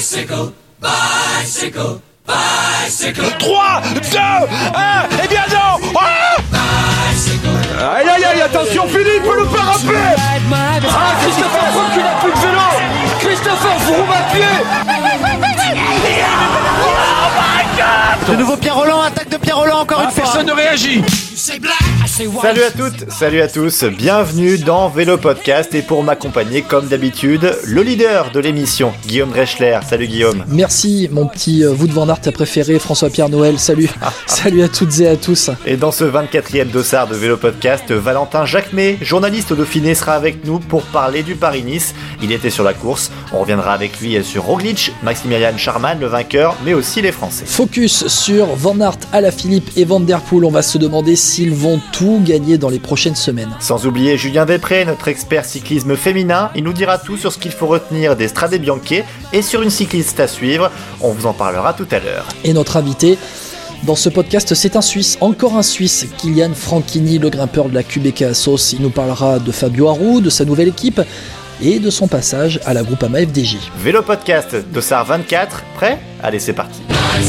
Bicycle, bicycle, bicycle. 3, 2, 1, eh bien non. Aïe aïe aïe, attention, Philippe peut le faire rappeler. Ah, Christopher Froome qui n'a plus de vélo. Christopher Froome à pied. Oh my God. De nouveau Pierre Rolland, attaque de Pierre Rolland encore une fois. Personne ne réagit. Salut à toutes, salut à tous, bienvenue dans Vélo Podcast et pour m'accompagner comme d'habitude, le leader de l'émission, Guillaume Dreschler. Salut Guillaume. Merci mon petit Wout van Aert préféré, François-Pierre Noël, salut. Salut à toutes et à tous. Et dans ce 24e dossard de Vélo Podcast, Valentin Jacquemet, journaliste au Dauphiné, sera avec nous pour parler du Paris-Nice. Il était sur la course, on reviendra avec lui sur Roglic, Maximilian Scharmann, le vainqueur, mais aussi les Français. Focus sur Van Aert, Alaphilippe et Van Der Poel, on va se demander s'ils vont tout gagner dans les prochaines semaines. Sans oublier Julien Després, notre expert cyclisme féminin, il nous dira tout sur ce qu'il faut retenir des Strade Bianche et sur une cycliste à suivre, on vous en parlera tout à l'heure. Et notre invité dans ce podcast, c'est un Suisse, encore un Suisse, Kylian Franchini, le grimpeur de la QBK Assos. Il nous parlera de Fabio Aru, de sa nouvelle équipe et de son passage à la Groupama FDJ. Vélo Podcast, dossard 24, prêt ? Allez, c'est parti.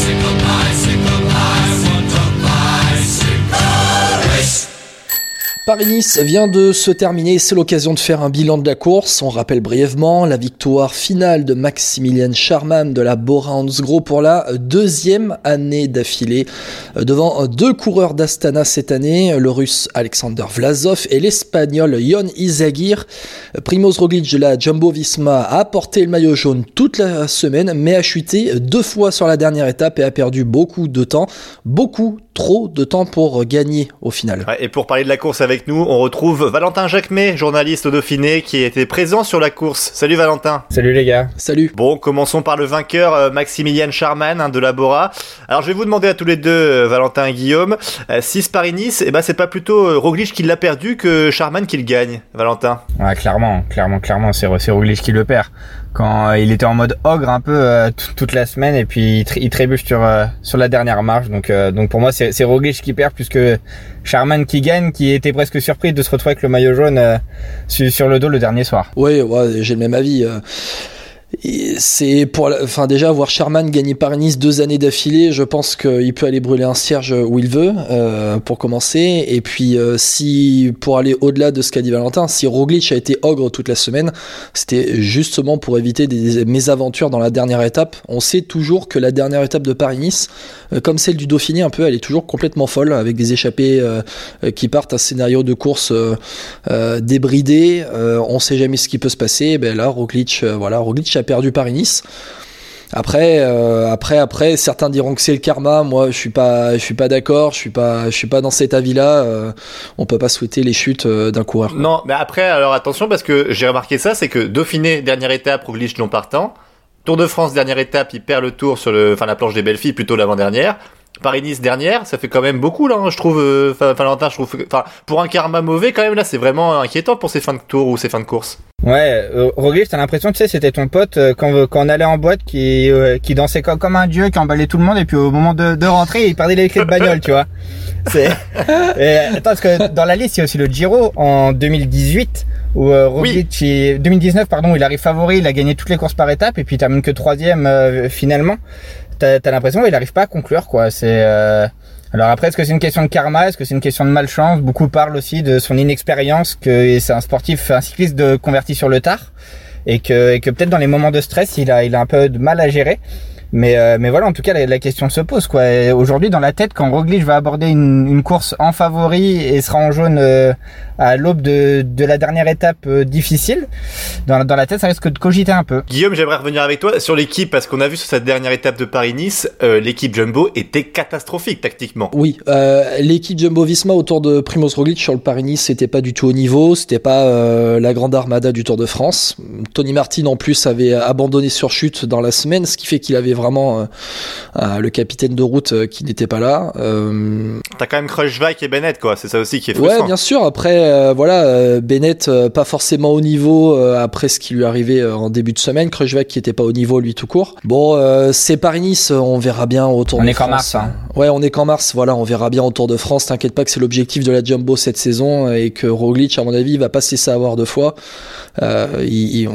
Paris-Nice vient de se terminer, c'est l'occasion de faire un bilan de la course. On rappelle brièvement la victoire finale de Maximilian Scharmann de la Bora-Hansgrohe pour la deuxième année d'affilée devant deux coureurs d'Astana cette année, le russe Alexander Vlasov et l'espagnol Jon Izagirre. Primož Roglic de la Jumbo-Visma a porté le maillot jaune toute la semaine mais a chuté deux fois sur la dernière étape et a perdu beaucoup de temps, trop de temps pour gagner au final. Ouais, et pour parler de la course avec nous, on retrouve Valentin Jacquemet, journaliste au Dauphiné, qui était présent sur la course. Salut Valentin. Salut les gars. Salut. Bon, commençons par le vainqueur, Maximilian Scharmann de la Bora. Alors je vais vous demander à tous les deux, Valentin et Guillaume, si ce Paris-Nice, c'est pas plutôt Roglic qui l'a perdu que Scharmann qui le gagne, Valentin? Ouais, clairement, c'est Roglic qui le perd. Quand il était en mode ogre un peu toute la semaine et puis il trébuche sur la dernière marche, donc pour moi c'est Roglic qui perd plus que Scharmann qui gagne, qui était presque surpris de se retrouver avec le maillot jaune sur le dos le dernier soir. Ouais, j'ai le même avis. C'est déjà voir Scharmann gagner Paris-Nice 2 années d'affilée, je pense qu'il peut aller brûler un cierge où il veut pour commencer. Et puis si pour aller au-delà de ce qu'a dit Valentin, si Roglic a été ogre toute la semaine, c'était justement pour éviter des mésaventures dans la dernière étape. On sait toujours que la dernière étape de Paris-Nice, comme celle du Dauphiné un peu, elle est toujours complètement folle avec des échappées qui partent, un scénario de course débridé. On sait jamais ce qui peut se passer. Là Roglic a perdu Paris-Nice. Après, certains diront que c'est le karma. Moi, je suis pas d'accord. Je suis pas dans cet avis-là. On peut pas souhaiter les chutes d'un coureur. Non, mais après, alors attention parce que j'ai remarqué ça, c'est que Dauphiné, dernière étape, Roglic non partant. Tour de France, dernière étape, il perd le tour sur la planche des belles filles, plutôt l'avant-dernière. Paris-Nice dernière, ça fait quand même beaucoup là, je trouve. Valentin, je trouve. Pour un karma mauvais, quand même là, c'est vraiment inquiétant pour ces fins de tour ou ces fins de course. Ouais, Roglic, t'as l'impression, tu sais, c'était ton pote quand on allait en boîte qui dansait comme un dieu, qui emballait tout le monde et puis au moment de rentrer, il perdait les clés de bagnole, tu vois. Attends, parce que dans la liste, il y a aussi le Giro en 2018 où Roglic, 2019 pardon, il arrive favori, il a gagné toutes les courses par étape et puis il termine que 3e finalement. T'as l'impression qu'il n'arrive pas à conclure, quoi. Alors après, est-ce que c'est une question de karma, est-ce que c'est une question de malchance? Beaucoup parlent aussi de son inexpérience, que c'est un cycliste converti sur le tard, et que peut-être dans les moments de stress, il a un peu de mal à gérer. Mais voilà, en tout cas, la question se pose, quoi. Et aujourd'hui, dans la tête, quand Roglic va aborder une course en favori et sera en jaune à l'aube de la dernière étape difficile, dans la tête, ça risque de cogiter un peu. Guillaume, j'aimerais revenir avec toi sur l'équipe, parce qu'on a vu sur cette dernière étape de Paris-Nice, l'équipe Jumbo était catastrophique tactiquement. Oui, l'équipe Jumbo-Visma autour de Primož Roglic sur le Paris-Nice, c'était pas du tout au niveau, c'était pas la grande armada du Tour de France. Tony Martin en plus avait abandonné sur chute dans la semaine, ce qui fait qu'il avait vraiment le capitaine de route qui n'était pas là. T'as quand même Kruijswijk et Bennett, quoi. C'est ça aussi qui est frustrant. Ouais, bien sûr. Après, Bennett pas forcément au niveau après ce qui lui arrivait en début de semaine. Kruijswijk qui était pas au niveau lui tout court. Bon, c'est Paris-Nice, on verra bien au Tour de France. On est qu'en mars. Hein. Ouais, on est qu'en mars. Voilà, on verra bien au Tour de France. T'inquiète pas que c'est l'objectif de la Jumbo cette saison et que Roglic, à mon avis, il va pas se laisser avoir deux fois. On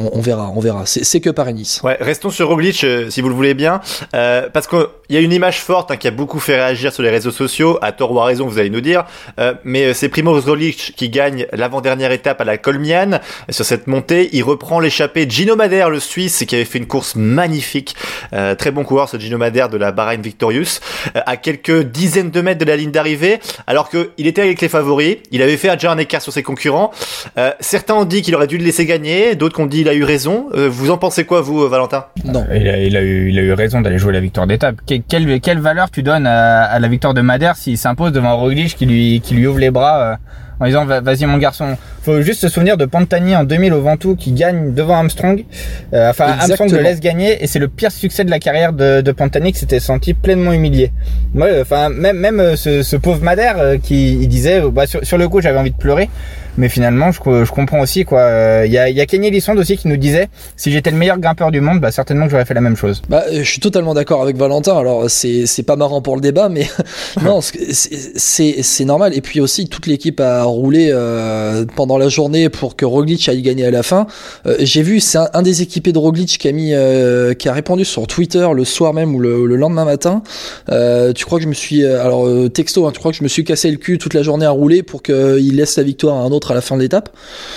on verra. C'est que Paris-Nice. Ouais, restons sur Roglic, si vous le voulez bien, parce qu'il y a une image forte qui a beaucoup fait réagir sur les réseaux sociaux, à tort ou à raison, vous allez nous dire, mais c'est Primož Roglic qui gagne l'avant-dernière étape à la Colmiane. Sur cette montée, il reprend l'échappée de Gino Madère, le Suisse, qui avait fait une course magnifique. Très bon coureur, ce Gino Madère de la Bahrain Victorious, à quelques dizaines de mètres de la ligne d'arrivée, alors qu'il était avec les favoris. Il avait fait déjà un écart sur ses concurrents. Certains ont dit qu'il aurait dû le laisser gagner, d'autres ont dit qu'il a eu raison. Vous en pensez quoi, vous, Valentin? Non. Il a eu raison d'aller jouer la victoire d'étape. Quelle valeur tu donnes à la victoire de Madère s'il s'impose devant Roglic qui lui ouvre les bras en disant vas-y mon garçon. Faut juste se souvenir de Pantani en 2000 au Ventoux qui gagne devant Armstrong. Armstrong le laisse gagner et c'est le pire succès de la carrière de Pantani qui s'était senti pleinement humilié. Moi, même ce pauvre Madère qui disait sur le coup j'avais envie de pleurer. Mais finalement, je comprends aussi quoi. Il y a Kenny Elissonde aussi qui nous disait si j'étais le meilleur grimpeur du monde, certainement que j'aurais fait la même chose. Je suis totalement d'accord avec Valentin. Alors c'est pas marrant pour le débat, mais non, c'est normal. Et puis aussi toute l'équipe a roulé pendant la journée pour que Roglic aille gagner à la fin. J'ai vu, c'est un des équipés de Roglic qui a répondu sur Twitter le soir même ou le lendemain matin. Tu crois que je me suis texto, tu crois que je me suis cassé le cul toute la journée à rouler pour qu'il laisse la victoire à un autre à la fin de l'étape.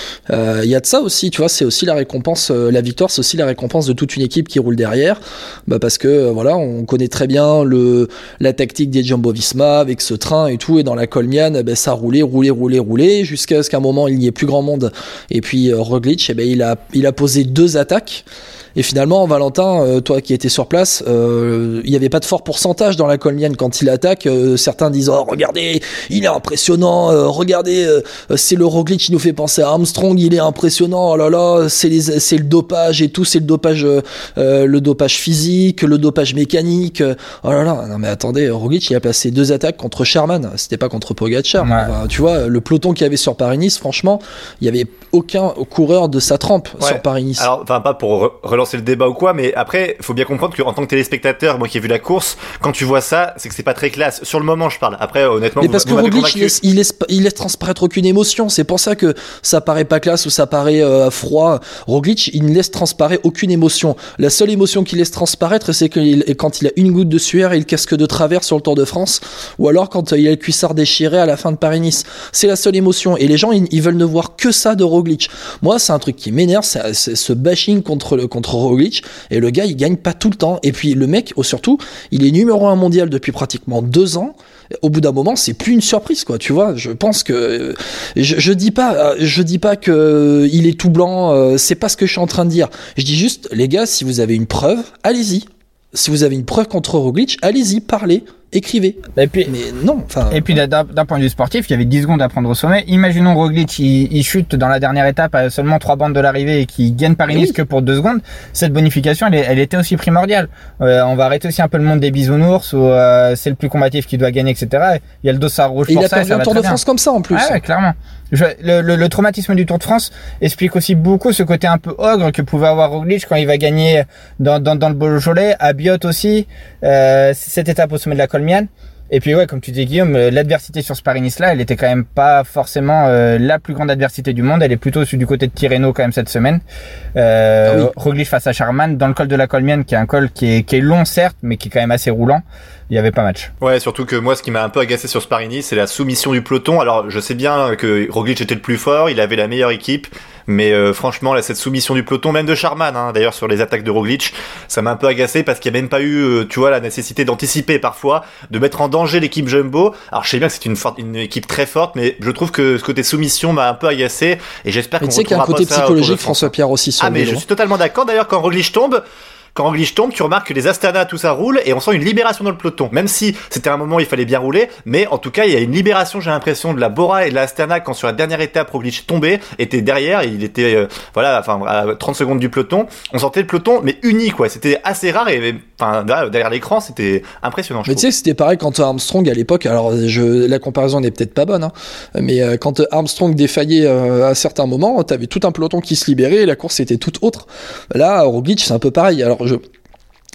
Il y a de ça aussi, tu vois, c'est aussi la récompense, la victoire, c'est aussi la récompense de toute une équipe qui roule derrière, parce que voilà, on connaît très bien la tactique des Jumbo-Visma avec ce train et tout, et dans la Colmiane, ça roulait jusqu'à ce qu'à un moment il n'y ait plus grand monde, et puis Roglic, il a posé 2 attaques. Et finalement, Valentin, toi qui étais sur place, il n'y avait pas de fort pourcentage dans la Colmiane quand il attaque. Certains disent regardez, il est impressionnant. Regardez, c'est le Roglic qui nous fait penser à Armstrong. Il est impressionnant. Oh là là, c'est le dopage et tout. C'est le dopage physique, le dopage mécanique. Oh là là, non mais attendez, Roglic il a placé 2 attaques contre Sherman. C'était pas contre Pogacar. Ouais. Tu vois, le peloton qu'il y avait sur Paris-Nice, franchement, il y avait aucun coureur de sa trempe sur Paris-Nice. Alors, pas pour relancer le débat ou quoi, mais après, faut bien comprendre qu'en tant que téléspectateur, moi qui ai vu la course, quand tu vois ça, c'est que c'est pas très classe. Sur le moment, je parle. Après, honnêtement, mais parce que Roglic, il laisse transparaître aucune émotion. C'est pour ça que ça paraît pas classe ou ça paraît froid. Roglic, il ne laisse transparaître aucune émotion. La seule émotion qu'il laisse transparaître, c'est quand il a une goutte de sueur et le casque de travers sur le Tour de France, ou alors quand il a le cuissard déchiré à la fin de Paris-Nice. C'est la seule émotion. Et les gens, ils veulent ne voir que ça de Roglic. Moi, c'est un truc qui m'énerve, c'est ce bashing contre Roglic, et le gars, il gagne pas tout le temps. Et puis le mec, surtout, il est numéro 1 mondial depuis pratiquement 2 ans. Au bout d'un moment, c'est plus une surprise, quoi. Tu vois, je pense que je dis pas que il est tout blanc. C'est pas ce que je suis en train de dire. Je dis juste, les gars, si vous avez une preuve, allez-y. Si vous avez une preuve contre Roglic, allez-y, parlez. Écrivez. Et puis, mais non, et puis d'un point de vue sportif, il y avait 10 secondes à prendre au sommet. Imaginons Roglic, il chute dans la dernière étape à seulement 3 bandes de l'arrivée et qui gagne Paris-Nice que pour 2 secondes. Cette bonification, elle était aussi primordiale. On va arrêter aussi un peu le monde des bisounours où c'est le plus combatif qui doit gagner, etc. Il y a le dossard rouge pour ça. Il a perdu un Tour de France comme ça en plus. Ah ouais, clairement. Le traumatisme du Tour de France explique aussi beaucoup ce côté un peu ogre que pouvait avoir Roglic quand il va gagner dans le Beaujolais, à Biot aussi, cette étape au sommet de la Colmiane. Et puis ouais, comme tu dis Guillaume, l'adversité sur ce Paris-Nice là, elle était quand même pas forcément la plus grande adversité du monde, elle est plutôt du côté de Tirreno quand même cette semaine. Oui. Roglic face à Sherman dans le col de la Colmiane, qui est un col qui est long certes, mais qui est quand même assez roulant. Il y avait pas match. Ouais, surtout que moi, ce qui m'a un peu agacé sur ce Paris-Nice, c'est la soumission du peloton. Alors, je sais bien que Roglic était le plus fort, il avait la meilleure équipe, mais franchement, là, cette soumission du peloton, même de Sherman, d'ailleurs, sur les attaques de Roglic, ça m'a un peu agacé parce qu'il n'y a même pas eu, tu vois, la nécessité d'anticiper parfois, de mettre en danger l'équipe Jumbo. Alors, je sais bien que c'est une équipe très forte, mais je trouve que ce côté soumission m'a un peu agacé, et j'espère qu'on retrouvera pas ça. Tu sais qu'il y a un côté psychologique, François Pierre aussi sur le vélo. Mais je suis totalement d'accord. D'ailleurs, quand Roglic tombe, tu remarques que les Astana, tout ça roule, et on sent une libération dans le peloton. Même si c'était un moment où il fallait bien rouler, mais en tout cas, il y a une libération, j'ai l'impression, de la Bora et de la Astana quand sur la dernière étape, Roglic tombait, était derrière, il était, à 30 secondes du peloton. On sentait le peloton, mais uni, quoi. C'était assez rare, et derrière l'écran, c'était impressionnant. Mais tu sais que c'était pareil quand Armstrong à l'époque, alors la comparaison n'est peut-être pas bonne, mais quand Armstrong défaillait à certains moments, t'avais tout un peloton qui se libérait, et la course était toute autre. Là, Roglic, c'est un peu pareil. Alors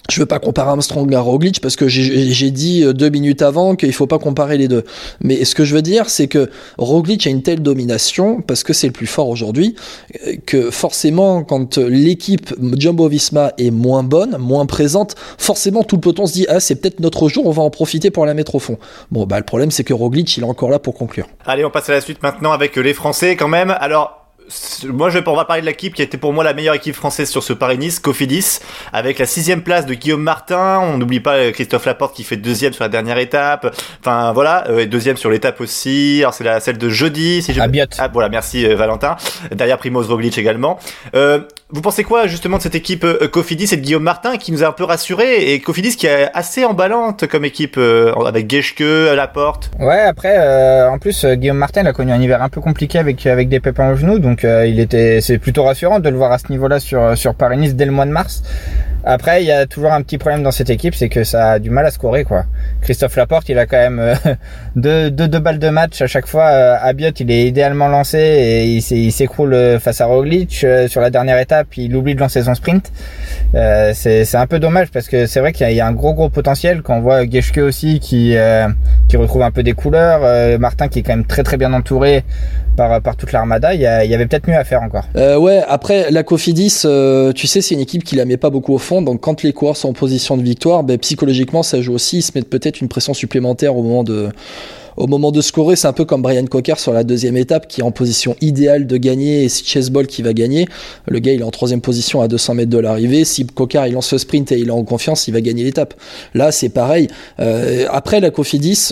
Je veux pas comparer Armstrong à Roglic parce que j'ai dit 2 minutes avant qu'il faut pas comparer les deux. Mais ce que je veux dire, c'est que Roglic a une telle domination parce que c'est le plus fort aujourd'hui que forcément, quand l'équipe Jumbo-Visma est moins bonne, moins présente, forcément tout le peloton se dit ah c'est peut-être notre jour, on va en profiter pour la mettre au fond. Bon bah le problème c'est que Roglic il est encore là pour conclure. Allez, on passe à la suite maintenant avec les Français quand même. Alors moi, on va parler de l'équipe qui a été pour moi la meilleure équipe française sur ce Paris-Nice, Cofidis, avec la 6e place de Guillaume Martin. On n'oublie pas Christophe Laporte qui fait 2e sur la dernière étape. Enfin voilà, 2e sur l'étape aussi. Alors c'est celle de jeudi. Si Biot. Ah voilà, merci Valentin. Derrière Primoz Roglic également. Vous pensez quoi justement de cette équipe Cofidis et de Guillaume Martin qui nous a un peu rassurés, et Cofidis qui est assez emballante comme équipe avec Geschke, Laporte. Ouais, après en plus Guillaume Martin il a connu un hiver un peu compliqué avec des pépins au genou, donc c'est plutôt rassurant de le voir à ce niveau-là sur Paris-Nice dès le mois de mars. Après, il y a toujours un petit problème dans cette équipe, c'est que ça a du mal à scorer, quoi. Christophe Laporte, il a quand même deux balles de match à chaque fois. À Biot, il est idéalement lancé et il s'écroule face à Roglic. Sur la dernière étape, il oublie de lancer son sprint. C'est un peu dommage parce que c'est vrai qu'il y a un gros potentiel. Quand on voit Geschke aussi qui retrouve un peu des couleurs, Martin qui est quand même très bien entouré par toute l'armada, il y avait peut-être mieux à faire encore. Ouais, après la Cofidis, tu sais, c'est une équipe qui la met pas beaucoup au fond, donc quand les coureurs sont en position de victoire, psychologiquement ça joue aussi, ils se mettent peut-être une pression supplémentaire au moment de scorer. C'est un peu comme Brian Cocard sur la 2e étape qui est en position idéale de gagner, et c'est Chesbol qui va gagner. Le gars il est en 3e position à 200 mètres de l'arrivée, si Cocard il lance le sprint et il est en confiance, il va gagner l'étape. Là c'est pareil. Après la Cofidis,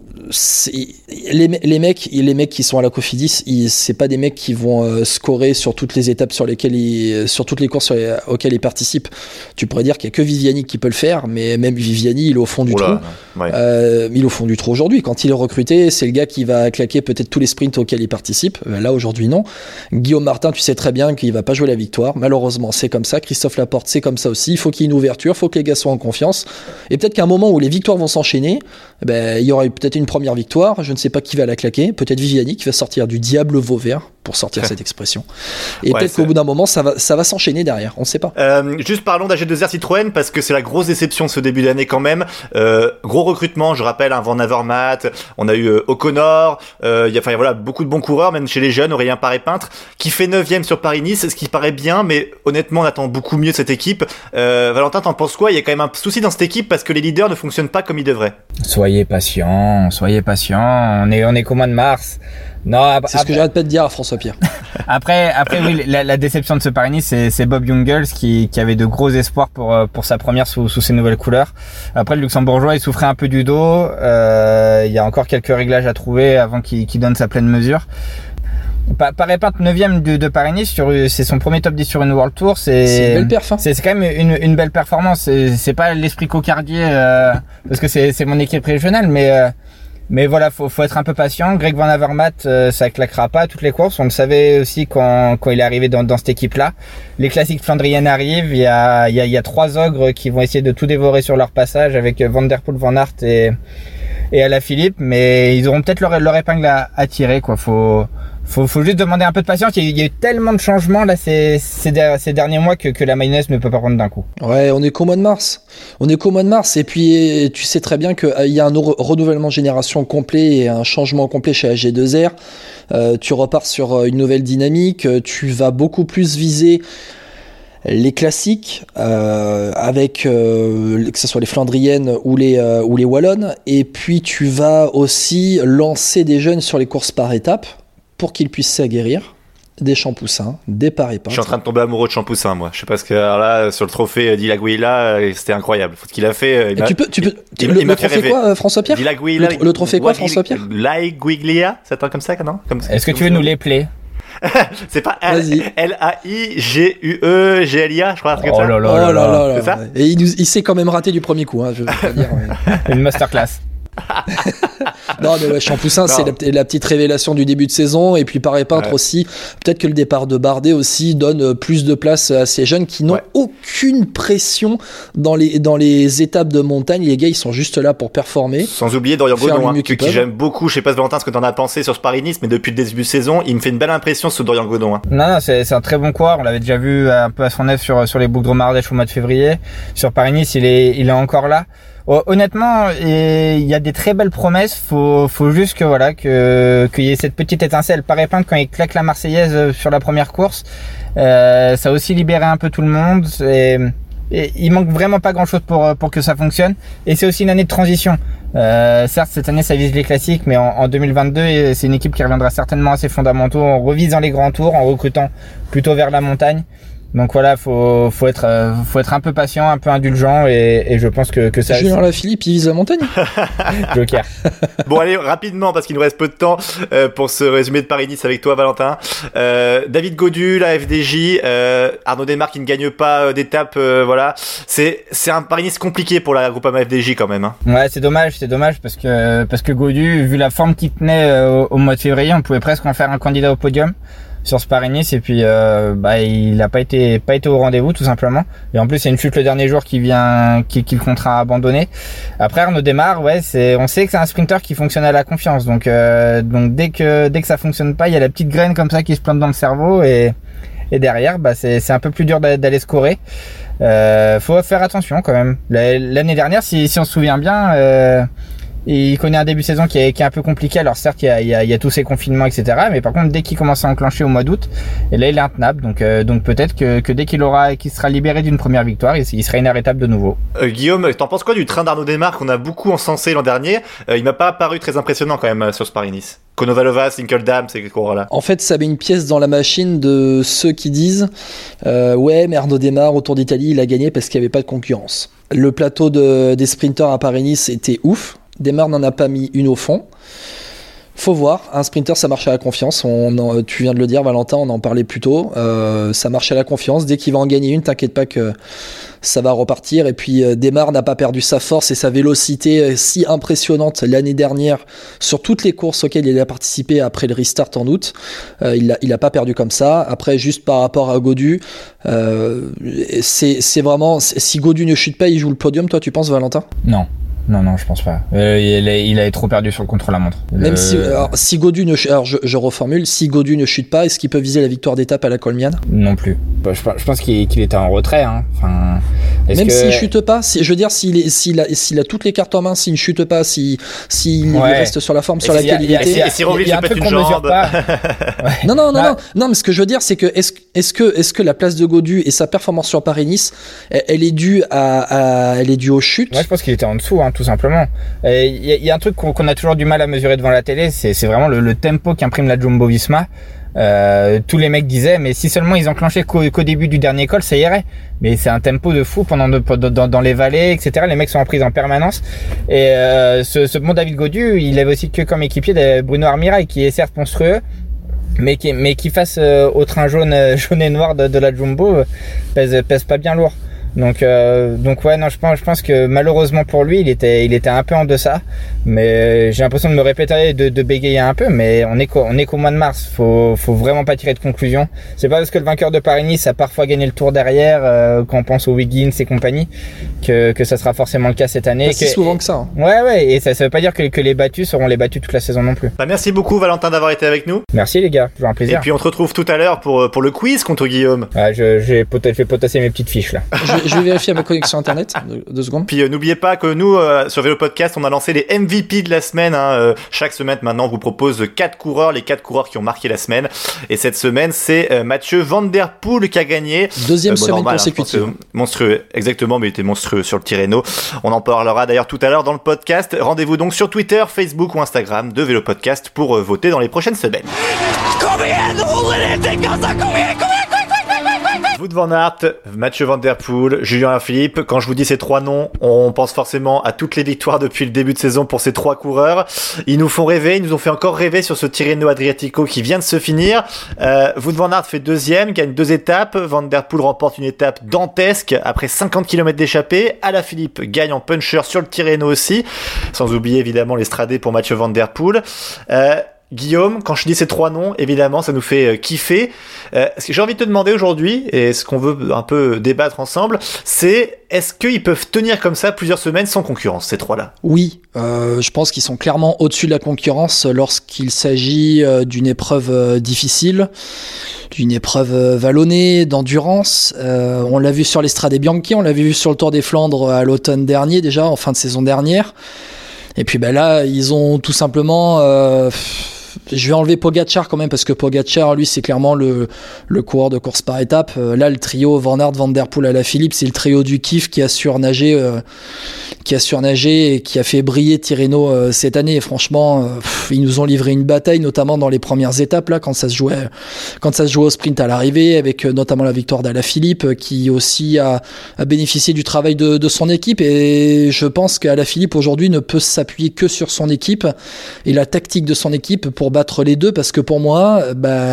les mecs qui sont à la Cofidis, c'est pas des mecs qui vont scorer sur toutes les étapes sur toutes les courses auxquelles ils participent. Tu pourrais dire qu'il y a que Viviani qui peut le faire, mais même Viviani il est au fond du trou. Ouais. Il est au fond du trou aujourd'hui. Quand il est recruté, c'est le gars qui va claquer peut-être tous les sprints auxquels il participe. Là aujourd'hui non. Guillaume Martin, tu sais très bien qu'il va pas jouer la victoire. Malheureusement c'est comme ça. Christophe Laporte c'est comme ça aussi. Il faut qu'il y ait une ouverture, il faut que les gars soient en confiance. Et peut-être qu'à un moment où les victoires vont s'enchaîner, il y aura peut-être une première victoire, je ne sais pas qui va la claquer, peut-être Viviani qui va sortir du diable Vauvert, pour sortir cette expression, et peut-être qu'au bout d'un moment ça va s'enchaîner derrière, on ne sait pas. Juste parlons d'AG2R Citroën, parce que c'est la grosse déception de ce début d'année quand même. Gros recrutement, je rappelle, Van Avermaet, on a eu O'Connor, il y a voilà, beaucoup de bons coureurs, même chez les jeunes, Aurélien Paré-Peintre, qui fait 9e sur Paris-Nice, ce qui paraît bien, mais honnêtement on attend beaucoup mieux de cette équipe. Valentin, t'en penses quoi? Il y a quand même un souci dans cette équipe parce que les leaders ne fonctionnent pas comme ils devraient. Soyez patient, on est qu'au mois de mars. Non, c'est ce que j'arrête pas de dire à François Pierre. Après oui, la déception de ce Paris-Nice, c'est Bob Jungels qui avait de gros espoirs pour sa première sous ses nouvelles couleurs. Après, le Luxembourgeois, il souffrait un peu du dos. Il y a encore quelques réglages à trouver avant qu'il donne sa pleine mesure. Paré-Peintre 9e de Paris-Nice, c'est son premier top 10 sur une World Tour. C'est une belle perf, hein. C'est quand même une belle performance. C'est pas l'esprit cocardier parce que c'est mon équipe régionale, mais voilà, faut être un peu patient. Greg Van Avermaet, ça claquera pas toutes les courses. On le savait aussi quand il est arrivé dans cette équipe-là. Les classiques flandriennes arrivent. Il y a 3 ogres qui vont essayer de tout dévorer sur leur passage avec Van Der Poel, Van Aert et Alaphilippe, mais ils auront peut-être leur épingle à tirer, quoi. Faut juste demander un peu de patience. Il y a eu tellement de changements là ces derniers mois que la mayonnaise ne peut pas prendre d'un coup. Ouais, on est qu'au mois de mars. Et puis tu sais très bien qu'il y a un renouvellement génération complet et un changement complet chez AG2R. Tu repars sur une nouvelle dynamique. Tu vas beaucoup plus viser les classiques avec que ce soit les flandriennes ou les wallonnes. Et puis tu vas aussi lancer des jeunes sur les courses par étapes, pour qu'ils puissent s'aguerrir, des Champoussins, des Paré-Peintre. Je suis en train de tomber amoureux de Champoussins, moi. Je sais pas ce que, alors là, sur le trophée d'Ilaguila, c'était incroyable. Ce qu'il a fait. Le trophée quoi, François Pierre? Le trophée quoi, François Pierre? L'Aiguiglia, c'est un truc comme ça, non? Est-ce que tu veux nous les player? C'est pas L-A-I-G-U-E-G-L-I-A, je crois, un truc comme ça. Oh là là. C'est ça? Et il s'est quand même raté du premier coup, hein, je veux pas dire. Une masterclass. Non, mais ouais, Champoussin, c'est la petite révélation du début de saison. Et puis, pareil, Peintre aussi. Peut-être que le départ de Bardet aussi donne plus de place à ces jeunes qui n'ont aucune pression dans les étapes de montagne. Les gars, ils sont juste là pour performer. Sans oublier Dorian Godon, qui j'aime beaucoup. Je sais pas, Valentin, ce que t'en as pensé sur ce Paris-Nice, mais depuis le début de saison, il me fait une belle impression, ce Dorian Godon. Non, c'est un très bon coureur. On l'avait déjà vu un peu à son aise sur les boucles de Romardèche au mois de février. Sur Paris-Nice, il est encore là. Honnêtement, il y a des très belles promesses. Faut juste qu'il y ait cette petite étincelle. Pareil, Peintre, quand il claque la Marseillaise sur la première course, ça a aussi libéré un peu tout le monde. Et il manque vraiment pas grand chose pour que ça fonctionne. Et c'est aussi une année de transition. Certes, cette année ça vise les classiques, mais en 2022, c'est une équipe qui reviendra certainement à ses fondamentaux en revisant les grands tours, en recrutant plutôt vers la montagne. Donc voilà, faut être un peu patient, un peu indulgent, et je pense que ça. Julien Lafilippe, il vise la montagne. Joker. Bon, allez, rapidement, parce qu'il nous reste peu de temps pour ce résumé de Paris-Nice avec toi, Valentin. David Gaudu, la FDJ, Arnaud Démare qui ne gagne pas d'étape, voilà. C'est un Paris-Nice compliqué pour la Groupama FDJ quand même. Hein. Ouais, c'est dommage parce que Gaudu, vu la forme qu'il tenait au mois de février, on pouvait presque en faire un candidat au podium sur ce Paris-Nice, et puis il a pas été au rendez-vous tout simplement, et en plus c'est une chute le dernier jour qui le contraint à abandonner. Après, Arnaud Démare, on sait que c'est un sprinter qui fonctionne à la confiance, donc dès que ça fonctionne pas, il y a la petite graine comme ça qui se plante dans le cerveau, et derrière c'est un peu plus dur d'aller scorer. Faut faire attention quand même. L'année dernière, si on se souvient bien, il connaît un début de saison qui est un peu compliqué. Alors certes, il y a tous ces confinements, etc. Mais par contre, dès qu'il commence à enclencher au mois d'août, et là il est intenable. Donc peut-être que dès qu'il sera libéré d'une première victoire, il sera inarrêtable de nouveau. Guillaume, t'en penses quoi du train d'Arnaud Démare qu'on a beaucoup encensé l'an dernier? Il m'a pas paru très impressionnant quand même sur ce Paris-Nice. Konovalova, Sinkeldam, ces coureurs-là. En fait, ça met une pièce dans la machine de ceux qui disent mais Arnaud Démare au Tour d'Italie, il a gagné parce qu'il n'y avait pas de concurrence. Le plateau des sprinters à Paris-Nice était ouf. Démare n'en a pas mis une au fond. Faut voir, un sprinter ça marche à la confiance, tu viens de le dire Valentin, on en parlait plus tôt, ça marche à la confiance, dès qu'il va en gagner une, t'inquiète pas que ça va repartir. Et puis Démare n'a pas perdu sa force et sa vélocité si impressionnante l'année dernière sur toutes les courses auxquelles il a participé après le restart en août. Il a pas perdu comme ça. Après, juste par rapport à Gaudu, c'est vraiment, si Gaudu ne chute pas, il joue le podium. Toi, tu penses, Valentin? Non, je pense pas. Il a trop perdu sur le contre-la-montre. Même si Gaudu je reformule, si Gaudu ne chute pas, est-ce qu'il peut viser la victoire d'étape à la Colmiane? Non plus. Je pense qu'il était en retrait. Hein. Enfin, s'il chute pas, je veux dire, s'il a toutes les cartes en main, s'il ne chute pas, s'il reste sur la forme sur laquelle il était. Et si Roglic se pète une jambe. Non, mais ce que je veux dire, c'est que est-ce que la place de Gaudu et sa performance sur Paris-Nice, elle est due aux chutes? Moi, je pense qu'il était en dessous, hein, tout simplement. Il y a un truc qu'on a toujours du mal à mesurer devant la télé, c'est vraiment le tempo qu'imprime la Jumbo-Visma. Tous les mecs disaient, mais si seulement ils enclenchaient qu'au début du dernier col, ça irait. Mais c'est un tempo de fou dans les vallées, etc. Les mecs sont en prise en permanence. Et ce bon David Gaudu, il avait aussi que comme équipier Bruno Armirail, qui est certes monstrueux, mais qui face au train jaune et noir de la Jumbo pèse pas bien lourd. Donc ouais, non, je pense que malheureusement pour lui, il était un peu en deçà, mais j'ai l'impression de me répéter, de bégayer un peu, mais on est qu'au mois de mars, faut vraiment pas tirer de conclusion. C'est pas parce que le vainqueur de Paris-Nice a parfois gagné le Tour derrière, quand on pense aux Wiggins et compagnie, que ça sera forcément le cas cette année. Pas si souvent que ça. Ouais, et ça veut pas dire que les battus seront les battus toute la saison non plus. Merci beaucoup Valentin d'avoir été avec nous. Merci les gars, toujours un plaisir. Et puis on te retrouve tout à l'heure pour le quiz contre Guillaume. Je vais potasser mes petites fiches là. Je vais vérifier ma connexion internet. 2 secondes. Puis n'oubliez pas que nous, sur Vélo Podcast, on a lancé les MVP de la semaine. Chaque semaine maintenant, on vous propose 4 coureurs, les 4 coureurs qui ont marqué la semaine. Et cette semaine, c'est Mathieu Van Der Poel qui a gagné. Deuxième semaine consécutive. Monstrueux, exactement, mais il était monstrueux sur le Tirreno. On en parlera d'ailleurs tout à l'heure dans le podcast. Rendez-vous donc sur Twitter, Facebook ou Instagram de Vélo Podcast pour voter dans les prochaines semaines. Wout van Aert, Mathieu Van Der Poel, Julien Alaphilippe. Quand je vous dis ces 3 noms, on pense forcément à toutes les victoires depuis le début de saison pour ces 3 coureurs. Ils nous font rêver, ils nous ont fait encore rêver sur ce Tirreno Adriatico qui vient de se finir. Wout van Aert fait 2e, gagne 2 étapes. Van Der Poel remporte une étape dantesque après 50 km d'échappée. Alaphilippe gagne en puncher sur le Tirreno aussi. Sans oublier évidemment l'Estradé pour Mathieu Van Der Poel. Guillaume, quand je dis ces 3 noms, évidemment, ça nous fait kiffer. Ce que j'ai envie de te demander aujourd'hui, et ce qu'on veut un peu débattre ensemble, c'est est-ce qu'ils peuvent tenir comme ça plusieurs semaines sans concurrence, ces 3-là ? Oui, je pense qu'ils sont clairement au-dessus de la concurrence lorsqu'il s'agit d'une épreuve difficile, d'une épreuve vallonnée, d'endurance. On l'a vu sur l'Estradé Bianchi, on l'a vu sur le Tour des Flandres à l'automne dernier déjà, en fin de saison dernière. Et puis là, ils ont tout simplement... je vais enlever Pogacar quand même, parce que Pogacar, lui, c'est clairement le coureur de course par étape. Là, le trio Van Aert, Van Der Poel, Alaphilippe, c'est le trio du kiff qui a surnagé et qui a fait briller Tirreno cette année. Et franchement, ils nous ont livré une bataille, notamment dans les premières étapes, là, quand ça se jouait au sprint à l'arrivée, avec notamment la victoire d'Alaphilippe, qui aussi a bénéficié du travail de son équipe. Et je pense qu'Alaphilippe aujourd'hui ne peut s'appuyer que sur son équipe et la tactique de son équipe pour battre les deux, parce que pour moi,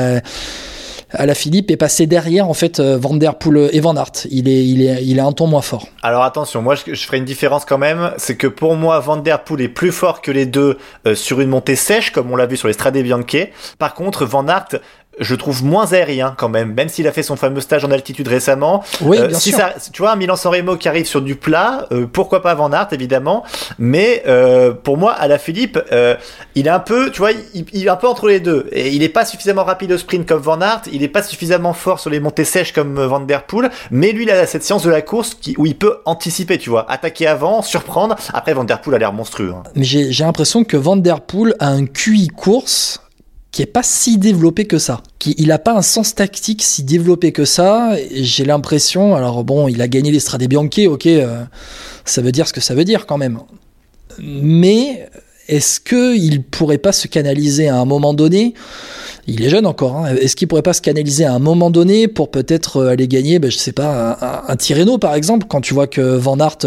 Alaphilippe est passé derrière en fait Van Der Poel et Van Aert. Il est un ton moins fort. Alors attention, moi je ferai une différence quand même, c'est que pour moi Van Der Poel est plus fort que les deux sur une montée sèche, comme on l'a vu sur l'Estradé Bianchi. Par contre, Van Aert, je trouve moins aérien quand même s'il a fait son fameux stage en altitude récemment. Oui, bien sûr. Tu vois, un Milan-San Remo qui arrive sur du plat, pourquoi pas Van Aert évidemment, mais pour moi Alaphilippe, il est un peu, tu vois, il est un peu entre les deux. Et il est pas suffisamment rapide au sprint comme Van Aert, il est pas suffisamment fort sur les montées sèches comme Van Der Poel, mais lui il a cette science de la course où il peut anticiper, tu vois, attaquer avant, surprendre. Après Van Der Poel a l'air monstrueux. Hein. Mais j'ai l'impression que Van Der Poel a un QI course qui est pas si développé que ça. Il a pas un sens tactique si développé que ça. J'ai l'impression, alors bon, il a gagné l'Estradé Bianchi, ok, ça veut dire ce que ça veut dire quand même. Mais est-ce qu'il pourrait pas se canaliser à un moment donné ? Il est jeune encore, hein. Est-ce qu'il pourrait pas se canaliser à un moment donné pour peut-être aller gagner, je sais pas, un Tirreno par exemple, quand tu vois que Van Aert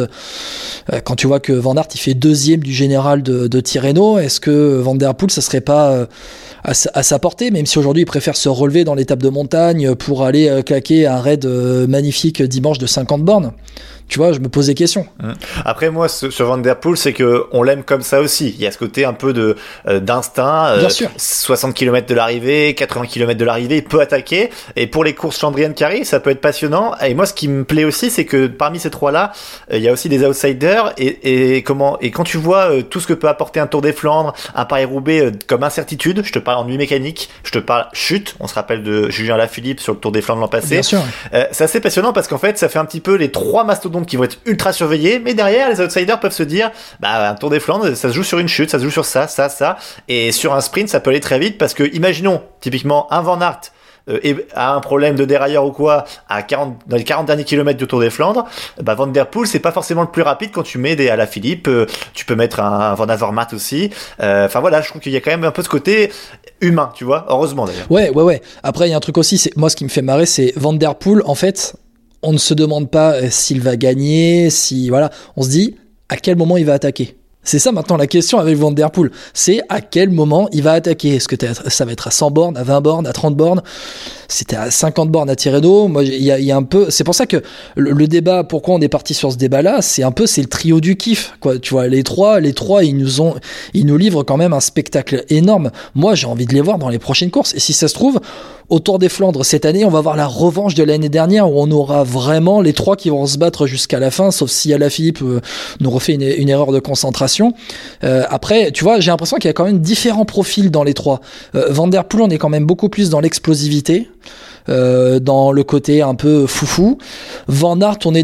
il fait 2e du général de Tirreno, est-ce que Van Der Poel ça serait pas à sa portée, même si aujourd'hui il préfère se relever dans l'étape de montagne pour aller claquer un raid magnifique dimanche de 50 bornes. Tu vois, je me pose des questions. Après, moi, sur Van Der Poel, c'est que on l'aime comme ça aussi. Il y a ce côté un peu d'instinct. Bien sûr. 60 km de l'arrivée, 80 km de l'arrivée, il peut attaquer. Et pour les courses flandriennes qui arrivent, ça peut être passionnant. Et moi, ce qui me plaît aussi, c'est que parmi ces 3-là, il y a aussi des outsiders. Et quand tu vois tout ce que peut apporter un Tour des Flandres, un Paris-Roubaix comme incertitude, je te parle ennui mécanique, je te parle chute. On se rappelle de Julien Alaphilippe sur le Tour des Flandres l'an passé. Bien sûr. C'est assez passionnant parce qu'en fait, ça fait un petit peu les 3 mastodontes qui vont être ultra surveillés, mais derrière les outsiders peuvent se dire un Tour des Flandres ça se joue sur une chute, ça se joue sur ça, et sur un sprint ça peut aller très vite, parce que imaginons typiquement un Van Aert a un problème de dérailleur ou quoi dans les 40 derniers kilomètres du Tour des Flandres, Van Der Poel c'est pas forcément le plus rapide quand tu mets des Alaphilippe, tu peux mettre un Van Avermaet aussi, voilà, je trouve qu'il y a quand même un peu ce côté humain, tu vois, heureusement d'ailleurs. Ouais. Après il y a un truc aussi, c'est moi ce qui me fait marrer, c'est Van Der Poel en fait. On ne se demande pas s'il va gagner, on se dit à quel moment il va attaquer. C'est ça maintenant la question avec Van Der Poel, c'est à quel moment il va attaquer. Est-ce que ça va être à 100 bornes, à 20 bornes, à 30 bornes ? C'était à 50 bornes à Tirreno. Moi, il y a un peu, c'est pour ça que le débat, pourquoi on est parti sur ce débat-là, c'est le trio du kiff, quoi. Tu vois, les trois, ils nous livrent quand même un spectacle énorme. Moi, j'ai envie de les voir dans les prochaines courses. Et si ça se trouve, au Tour des Flandres cette année, on va voir la revanche de l'année dernière où on aura vraiment les 3 qui vont se battre jusqu'à la fin, sauf si Alaphilippe nous refait une erreur de concentration. Après, tu vois, j'ai l'impression qu'il y a quand même différents profils dans les 3. Van Der Poel, on est quand même beaucoup plus dans l'explosivité, dans le côté un peu foufou. Van Aert, on est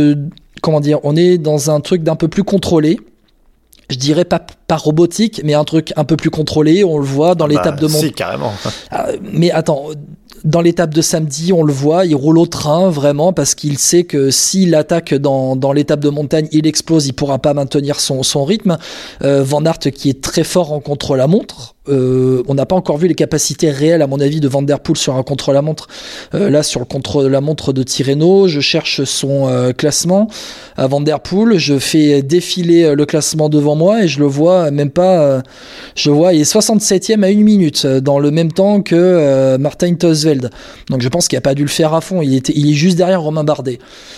dans un truc d'un peu plus contrôlé. Je dirais pas robotique, mais un truc un peu plus contrôlé. On le voit dans l'étape de montagne. Si, carrément. Mais attends, dans l'étape de samedi, on le voit, il roule au train vraiment parce qu'il sait que s'il attaque dans l'étape de montagne, il explose, il pourra pas maintenir son rythme. Van Aert qui est très fort en contre-la-montre. On n'a pas encore vu les capacités réelles à mon avis de Van Der Poel sur un contre-la-montre. Là sur le contre-la-montre de Tirreno, je cherche son classement à Van Der Poel, je fais défiler le classement devant moi et je le vois même pas, je vois il est 67e à 1 minute dans le même temps que Martin Teunsveld. Donc je pense qu'il n'a pas dû le faire à fond, il est juste derrière Romain Bardet.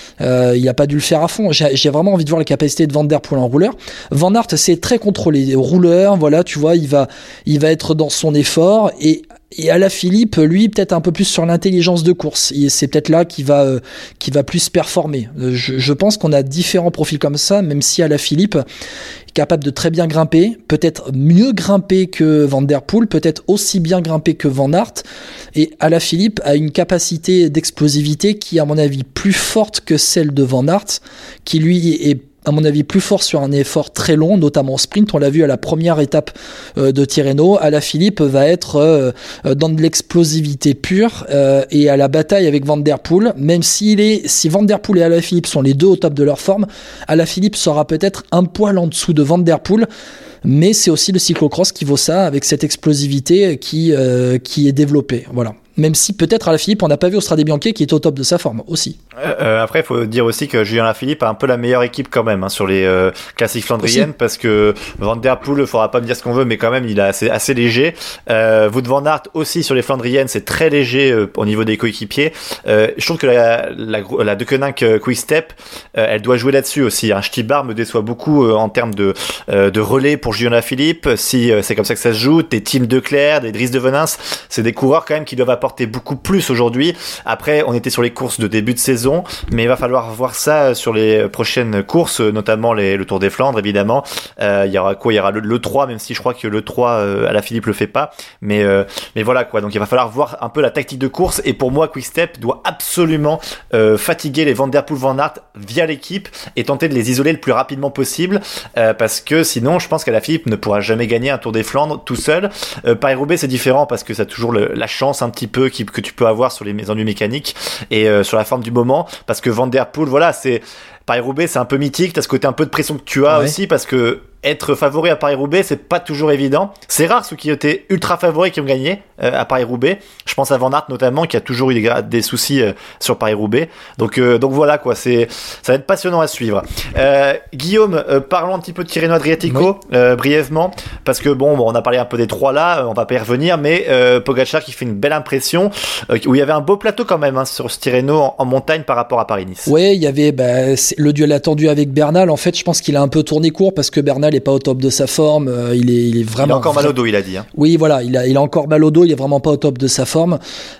Il n'a pas dû le faire à fond. J'ai vraiment envie de voir les capacités de Van Der Poel en rouleur. Van Aert, c'est très contrôlé. Rouleur, voilà, tu vois, il va être dans son effort et Alaphilippe, lui, peut-être un peu plus sur l'intelligence de course. Et c'est peut-être là qu'il va plus performer. Je pense qu'on a différents profils comme ça, même si Alaphilippe est capable de très bien grimper, peut-être mieux grimper que Van Der Poel, peut-être aussi bien grimper que Van Aert. Et Alaphilippe a une capacité d'explosivité qui est, à mon avis, plus forte que celle de Van Aert, qui lui est à mon avis plus fort sur un effort très long, notamment au sprint. On l'a vu à la première étape de Tirreno. Alaphilippe va être dans de l'explosivité pure et à la bataille avec Van Der Poel, même si Van Der Poel et Alaphilippe sont les deux au top de leur forme, Alaphilippe sera peut-être un poil en dessous de Van Der Poel. Mais c'est aussi le cyclocross qui vaut ça, avec cette explosivité qui est développée. Voilà. Même si peut-être Alaphilippe, on n'a pas vu au Strade Bianche qui est au top de sa forme aussi. Après, il faut dire aussi que Julien Alaphilippe a un peu la meilleure équipe quand même sur les classiques flandriennes aussi. Parce que Van Der Poel, il faudra pas me dire ce qu'on veut, mais quand même il est assez léger. Wout van Aert aussi sur les flandriennes, c'est très léger au niveau des coéquipiers. Je trouve que la Deceuninck Quick Step, elle doit jouer là-dessus aussi. Stibar me déçoit beaucoup en termes de relais pour Julien Alaphilippe. Si c'est comme ça que ça se joue, des Tim Declercq, des Dries de Venins, c'est des coureurs quand même qui doivent apporter beaucoup plus aujourd'hui. Après, on était sur les courses de début de saison, mais il va falloir voir ça sur les prochaines courses, notamment le Tour des Flandres, évidemment. Il y aura quoi? Il y aura le 3, même si je crois que le 3, Alaphilippe le fait pas. Mais voilà quoi. Donc il va falloir voir un peu la tactique de course. Et pour moi, Quick-Step doit absolument fatiguer les Van Der Poel, Van Aert via l'équipe et tenter de les isoler le plus rapidement possible, parce que sinon, je pense qu'Alaphilippe ne pourra jamais gagner un Tour des Flandres tout seul. Paris-Roubaix, c'est différent parce que ça a toujours la chance un petit peu que tu peux avoir sur les ennuis mécaniques et sur la forme du moment, parce que Van Der Poel, voilà, c'est Paris-Roubaix, c'est un peu mythique, t'as ce côté un peu de pression que tu as aussi, parce que être favori à Paris-Roubaix, c'est pas toujours évident. C'est rare ceux qui étaient ultra favoris qui ont gagné à Paris-Roubaix. Je pense à Van Aert notamment, qui a toujours eu des soucis sur Paris-Roubaix. Donc voilà quoi, ça va être passionnant à suivre. Guillaume, parlons un petit peu de Tirreno Adriatico brièvement, parce que bon, on a parlé un peu des trois là, on va pas y revenir, mais Pogačar qui fait une belle impression, où il y avait un beau plateau quand même sur ce Tirreno en montagne par rapport à Paris-Nice. Ouais, il y avait le duel attendu avec Bernal. En fait, je pense qu'il a un peu tourné court parce que Bernal est pas au top de sa forme, il est vraiment... Il a encore mal au dos, il a dit. Oui, voilà, il a encore mal au dos, il est vraiment pas au top de sa forme.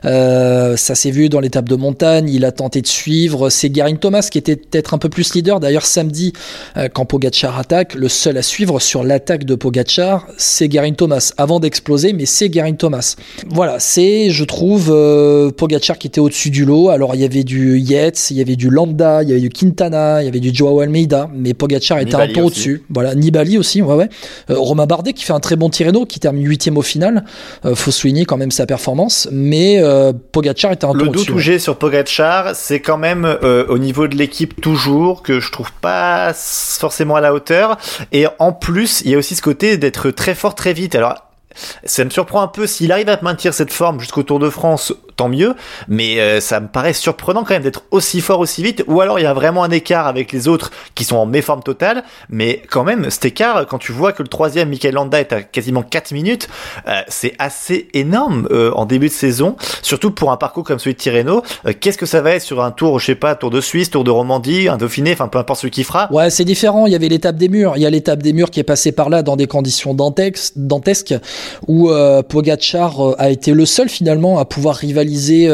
Ça s'est vu dans l'étape de montagne, il a tenté de suivre. C'est Geraint Thomas qui était peut-être un peu plus leader. D'ailleurs, samedi, quand Pogačar attaque, le seul à suivre sur l'attaque de Pogačar, c'est Geraint Thomas. Avant d'exploser, mais c'est Geraint Thomas. Voilà, c'est, je trouve, Pogačar qui était au-dessus du lot. Alors, il y avait du Yates, il y avait du Landa, il y avait du Quintana, il y avait du Joao Almeida, mais Pogačar était un peu au-dessus. Voilà, Nibali aussi, ouais. Romain Bardet qui fait un très bon Tirreno, qui termine 8e au final. Faut souligner quand même sa performance, mais Pogačar était un peu au-dessus. Le doute où j'ai sur Pogačar, c'est quand même au niveau de l'équipe toujours que je trouve pas forcément à la hauteur. Et en plus, il y a aussi ce côté d'être très fort très vite. Alors ça me surprend un peu s'il arrive à maintenir cette forme jusqu'au Tour de France, tant mieux, mais ça me paraît surprenant quand même d'être aussi fort aussi vite, ou alors il y a vraiment un écart avec les autres qui sont en méforme totale, mais quand même cet écart, quand tu vois que le troisième Mikel Landa est à quasiment 4 minutes, c'est assez énorme en début de saison, surtout pour un parcours comme celui de Tirreno. Qu'est-ce que ça va être sur un tour, je sais pas, Tour de Suisse, Tour de Romandie, un Dauphiné, enfin peu importe celui qui fera. Ouais, c'est différent, il y avait l'étape des murs, il y a l'étape des murs qui est passée par là dans des conditions dantesques, où Pogačar a été le seul finalement à pouvoir rivaliser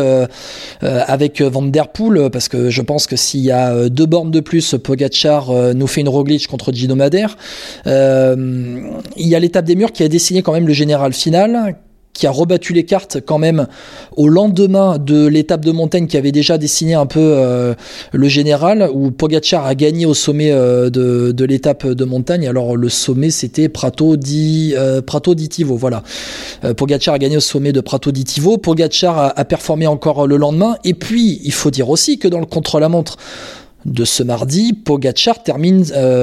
avec Van Der Poel, parce que je pense que s'il y a 2 bornes de plus, Pogačar nous fait une Roglic contre Gino Madère. Il y a l'étape des murs qui a dessiné quand même le général final, qui a rebattu les cartes quand même au lendemain de l'étape de montagne qui avait déjà dessiné un peu le général, où Pogačar a gagné au sommet de l'étape de montagne. Alors le sommet c'était Prato di Tivo, voilà. Pogačar a gagné au sommet de Prato di Tivo. Pogačar a performé encore le lendemain, et puis il faut dire aussi que dans le contre-la-montre de ce mardi, Pogačar termine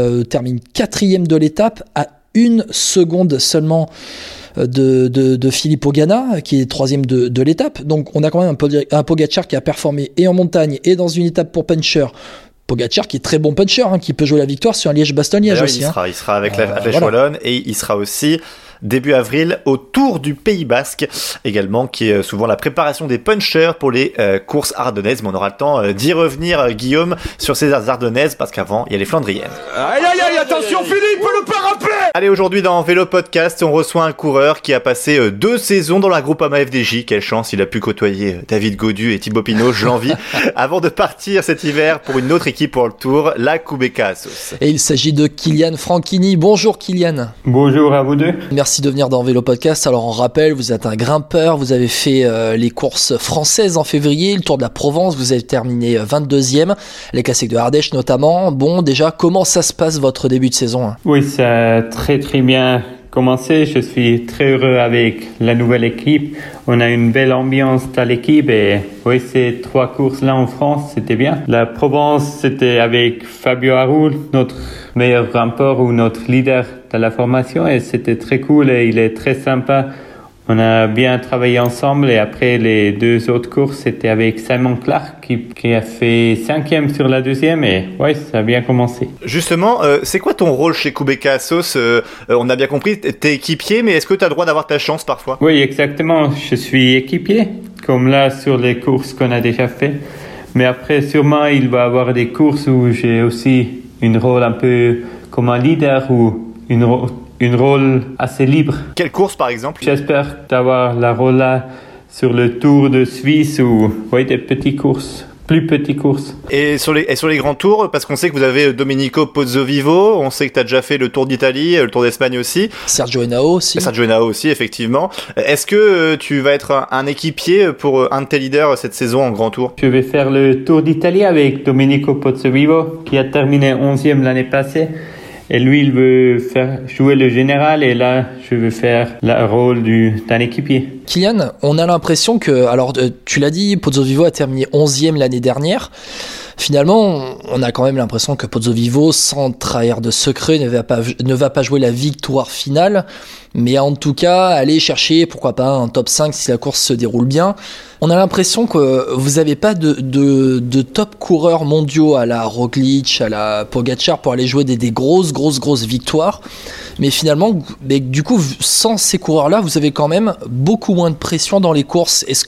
4e de l'étape à 1 seconde seulement de Filippo Ganna, qui est 3e de l'étape. Donc on a quand même un Pogačar qui a performé et en montagne et dans une étape pour puncher. Pogačar qui est très bon puncher, qui peut jouer la victoire sur un Liège-Bastogne-Liège aussi. Il sera avec la Flèche Wallonne, et il sera aussi début avril au Tour du Pays Basque également, qui est souvent la préparation des punchers pour les courses ardennaises. Mais on aura le temps d'y revenir, Guillaume, sur ces ardennaises, parce qu'avant il y a les Flandriennes. Aïe aïe aïe, attention Philippe, le parapet. Allez, aujourd'hui dans Vélo Podcast, on reçoit un coureur qui a passé 2 saisons dans la Groupama FDJ. Quelle chance, il a pu côtoyer David Gaudu et Thibaut Pinot, je l'envie, avant de partir cet hiver pour une autre équipe pour le Tour, la Qhubeka Assos. Et il s'agit de Kylian Franchini. Bonjour Kylian. Bonjour à vous deux. Merci de venir dans Vélo Podcast. Alors on rappelle, vous êtes un grimpeur, vous avez fait les courses françaises en février, le Tour de la Provence, vous avez terminé 22e, les classiques de Ardèche notamment. Bon, déjà, comment ça se passe votre début de saison? Oui, ça a très très bien commencé. Je suis très heureux avec la nouvelle équipe. On a une belle ambiance dans l'équipe, et oui, ces 3 courses-là en France, c'était bien. La Provence, c'était avec Fabio Aru, notre meilleur grimpeur ou notre leader de la formation, et c'était très cool et il est très sympa. On a bien travaillé ensemble, et après les 2 autres courses, c'était avec Simon Clark qui a fait 5e sur la 2e, et ouais, ça a bien commencé. Justement, c'est quoi ton rôle chez Qhubeka Assos? On a bien compris, t'es équipier, mais est-ce que t'as le droit d'avoir ta chance parfois? Oui, exactement. Je suis équipier, comme là sur les courses qu'on a déjà fait. Mais après, sûrement, il va y avoir des courses où j'ai aussi un rôle un peu comme un leader ou un rôle assez libre. Quelle course par exemple? J'espère d'avoir la rôle là sur le Tour de Suisse, ou des petites courses, plus petites courses. Et sur les grands tours, parce qu'on sait que vous avez Domenico Pozzovivo, on sait que tu as déjà fait le Tour d'Italie, le Tour d'Espagne aussi. Sergio Henao aussi, effectivement. Est-ce que tu vas être un équipier pour un de tes leaders cette saison en grand tour? Je vais faire le Tour d'Italie avec Domenico Pozzovivo, qui a terminé 11e l'année passée. Et lui, il veut faire jouer le général, et là, je veux faire le rôle d'un équipier. Kylian, on a l'impression que, alors tu l'as dit, Pozzovivo a terminé 11e l'année dernière. Finalement, on a quand même l'impression que Pozzovivo, sans trahir de secret, ne va pas jouer la victoire finale, mais en tout cas, aller chercher, pourquoi pas, un top 5 si la course se déroule bien. On a l'impression que vous n'avez pas de top coureurs mondiaux à la Roglic, à la Pogačar pour aller jouer des grosses victoires. Mais finalement, du coup, sans ces coureurs-là, vous avez quand même beaucoup moins de pression dans les courses. Est-ce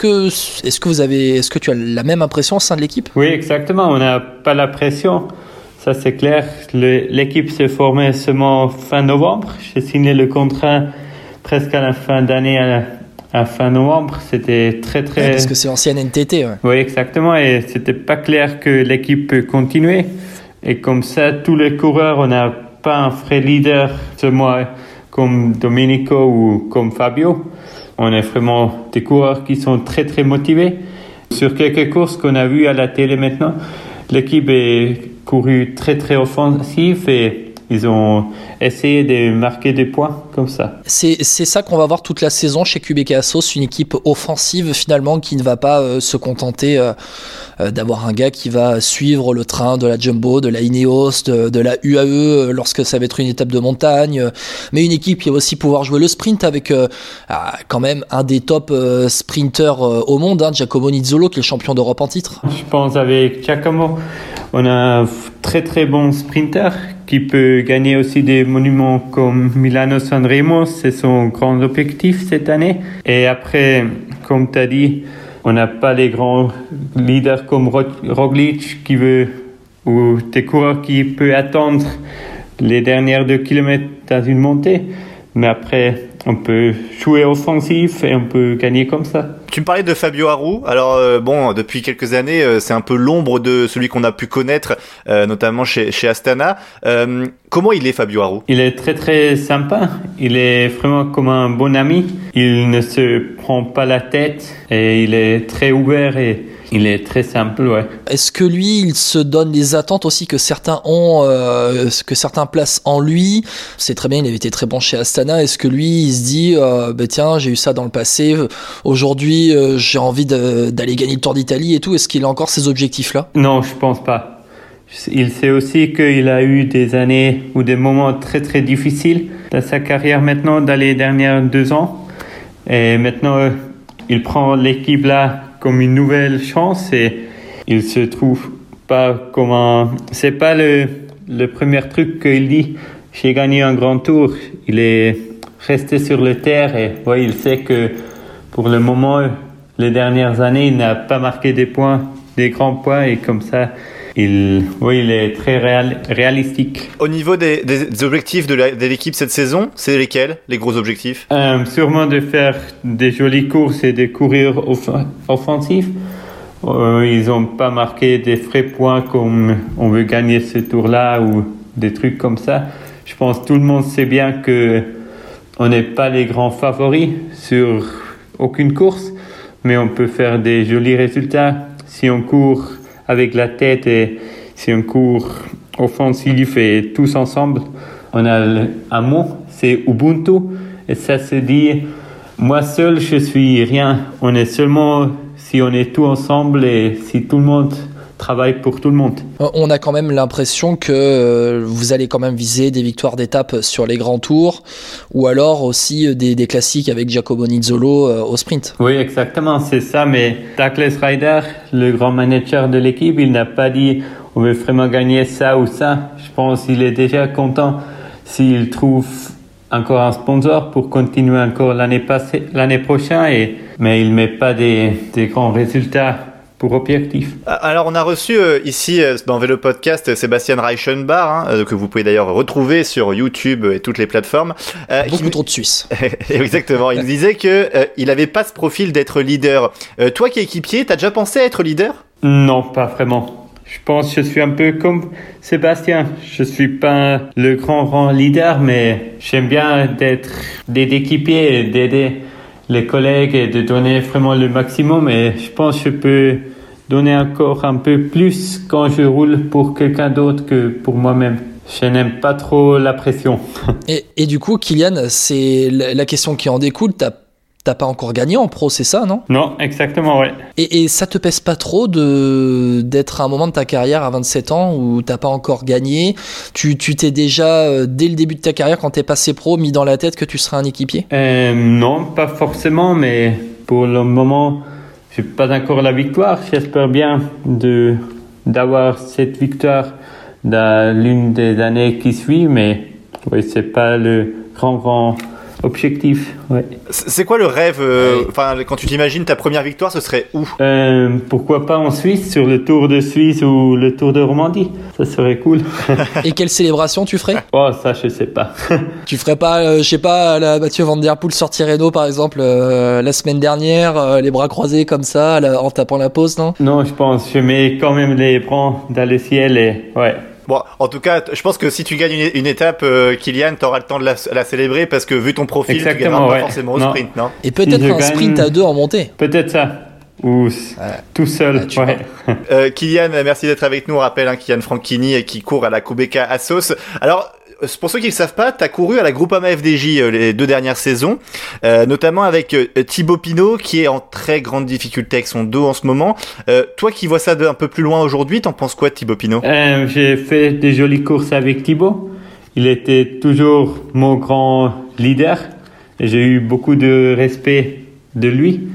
que tu as la même impression au sein de l'équipe? Oui, exactement. On n'a pas la pression. Ça, c'est clair. L'équipe s'est formée seulement fin novembre. J'ai signé le contrat presque à la fin d'année, à fin novembre. C'était très... Ouais, parce que c'est l'ancienne NTT. Ouais. Oui, exactement. Et c'était pas clair que l'équipe peut continuer. Et comme ça, tous les coureurs, on n'a pas un vrai leader, moi, comme Domenico ou comme Fabio. On est vraiment des coureurs qui sont très très motivés. Sur quelques courses qu'on a vues à la télé maintenant, l'équipe est couru très très offensive, et ils ont essayé de marquer des points comme ça. C'est ça qu'on va voir toute la saison chez Qhubeka Assos, une équipe offensive finalement qui ne va pas se contenter d'avoir un gars qui va suivre le train de la Jumbo, de la Ineos, de la UAE lorsque ça va être une étape de montagne, mais une équipe qui va aussi pouvoir jouer le sprint avec quand même un des top sprinters au monde, Giacomo Nizzolo, qui est le champion d'Europe en titre. Je pense avec Giacomo, on a un très très bon sprinter qui peut gagner aussi des monuments comme Milano-San Remo. C'est son grand objectif cette année. Et après, comme tu as dit, on n'a pas les grands leaders comme Roglic ou des coureurs qui peuvent attendre les dernières 2 kilomètres dans une montée. Mais après, on peut jouer offensif et on peut gagner comme ça. Tu me parlais de Fabio Aru. Alors depuis quelques années, c'est un peu l'ombre de celui qu'on a pu connaître, notamment chez Astana. Comment il est, Fabio Aru? Il est très très sympa. Il est vraiment comme un bon ami. Il ne se prend pas la tête et il est très ouvert et il est très simple, ouais. Est-ce que lui, il se donne les attentes aussi que certains ont, que certains placent en lui? C'est très bien, il avait été très bon chez Astana. Est-ce que lui, il se dit, tiens, j'ai eu ça dans le passé, aujourd'hui, j'ai envie d'aller gagner le Tour d'Italie et tout. Est-ce qu'il a encore ces objectifs-là? Non, je pense pas. Il sait aussi qu'il a eu des années ou des moments très très difficiles dans sa carrière maintenant, dans les dernières 2 ans. Et maintenant, il prend l'équipe là comme une nouvelle chance et il se trouve pas comme un... C'est pas le premier truc qu'il dit. J'ai gagné un grand tour. Il est resté sur le terre et ouais, il sait que pour le moment, les dernières années, il n'a pas marqué des grands points et comme ça, il est très réalistique. Au niveau des objectifs de l'équipe cette saison, c'est lesquels, les gros objectifs? Sûrement de faire des jolies courses et de courir offensif. Ils n'ont pas marqué des vrais points comme on veut gagner ce tour-là ou des trucs comme ça. Je pense que tout le monde sait bien que on n'est pas les grands favoris sur aucune course, mais on peut faire des jolis résultats si on court avec la tête et si on court offensif et tous ensemble. On a un mot, c'est Ubuntu, et ça se dit, moi seul je suis rien. On est seulement si on est tous ensemble et si tout le monde travaille pour tout le monde. On a quand même l'impression que vous allez quand même viser des victoires d'étape sur les grands tours ou alors aussi des classiques avec Giacomo Nizzolo au sprint. Oui, exactement, c'est ça. Mais Douglas Ryder, le grand manager de l'équipe, il n'a pas dit on veut vraiment gagner ça ou ça. Je pense qu'il est déjà content s'il trouve encore un sponsor pour continuer encore l'année prochaine. Mais il ne met pas des grands résultats pour objectif. Alors on a reçu ici dans Vélo Podcast Sébastien Reichenbach, que vous pouvez d'ailleurs retrouver sur YouTube et toutes les plateformes. Beaucoup trop de Suisses. Exactement, il disait que il avait pas ce profil d'être leader. Toi qui es équipier, t'as déjà pensé à être leader? Non, pas vraiment. Je pense que je suis un peu comme Sébastien. Je suis pas le grand leader, mais j'aime bien d'aider équipier et d'aider les collègues et de donner vraiment le maximum. Et je pense que je peux donner encore un peu plus quand je roule pour quelqu'un d'autre que pour moi-même. Je n'aime pas trop la pression. Et du coup, Kylian, c'est la question qui en découle. T'as pas encore gagné en pro, c'est ça, non? Non, exactement, ouais. Et ça te pèse pas trop d'être à un moment de ta carrière à 27 ans où t'as pas encore gagné? Tu t'es déjà, dès le début de ta carrière, quand t'es passé pro, mis dans la tête que tu seras un équipier? Non, pas forcément, mais pour le moment, j'ai pas encore la victoire. J'espère bien d'avoir cette victoire dans l'une des années qui suit, mais oui, c'est pas le grand objectif, ouais. C'est quoi le rêve quand tu t'imagines ta première victoire, ce serait où? Pourquoi pas en Suisse, sur le Tour de Suisse ou le Tour de Romandie. Ça serait cool. Et quelle célébration tu ferais? Oh, ça, je sais pas. Tu ferais pas, je sais pas, la Mathieu Van Der Poel sur Tirreno, par exemple, la semaine dernière, les bras croisés comme ça, en tapant la pause, non? Non, je pense, je mets quand même les bras dans le ciel et ouais. Bon, en tout cas, je pense que si tu gagnes une étape, Kylian, t'auras le temps de la célébrer parce que vu ton profil, exactement, tu gagneras ouais. pas forcément au sprint, non? Et peut-être un sprint à deux en montée. Peut-être ça. Ou tout seul. Ouais. Kylian, merci d'être avec nous. On rappelle Kylian Franchini qui court à la Kubeka Assos. Alors, pour ceux qui ne le savent pas, tu as couru à la Groupama FDJ les 2 dernières saisons, notamment avec Thibaut Pinot qui est en très grande difficulté avec son dos en ce moment. Toi qui vois ça un peu plus loin aujourd'hui, t'en penses quoi de Thibaut Pinot? J'ai fait des jolies courses avec Thibaut. Il était toujours mon grand leader et j'ai eu beaucoup de respect de lui.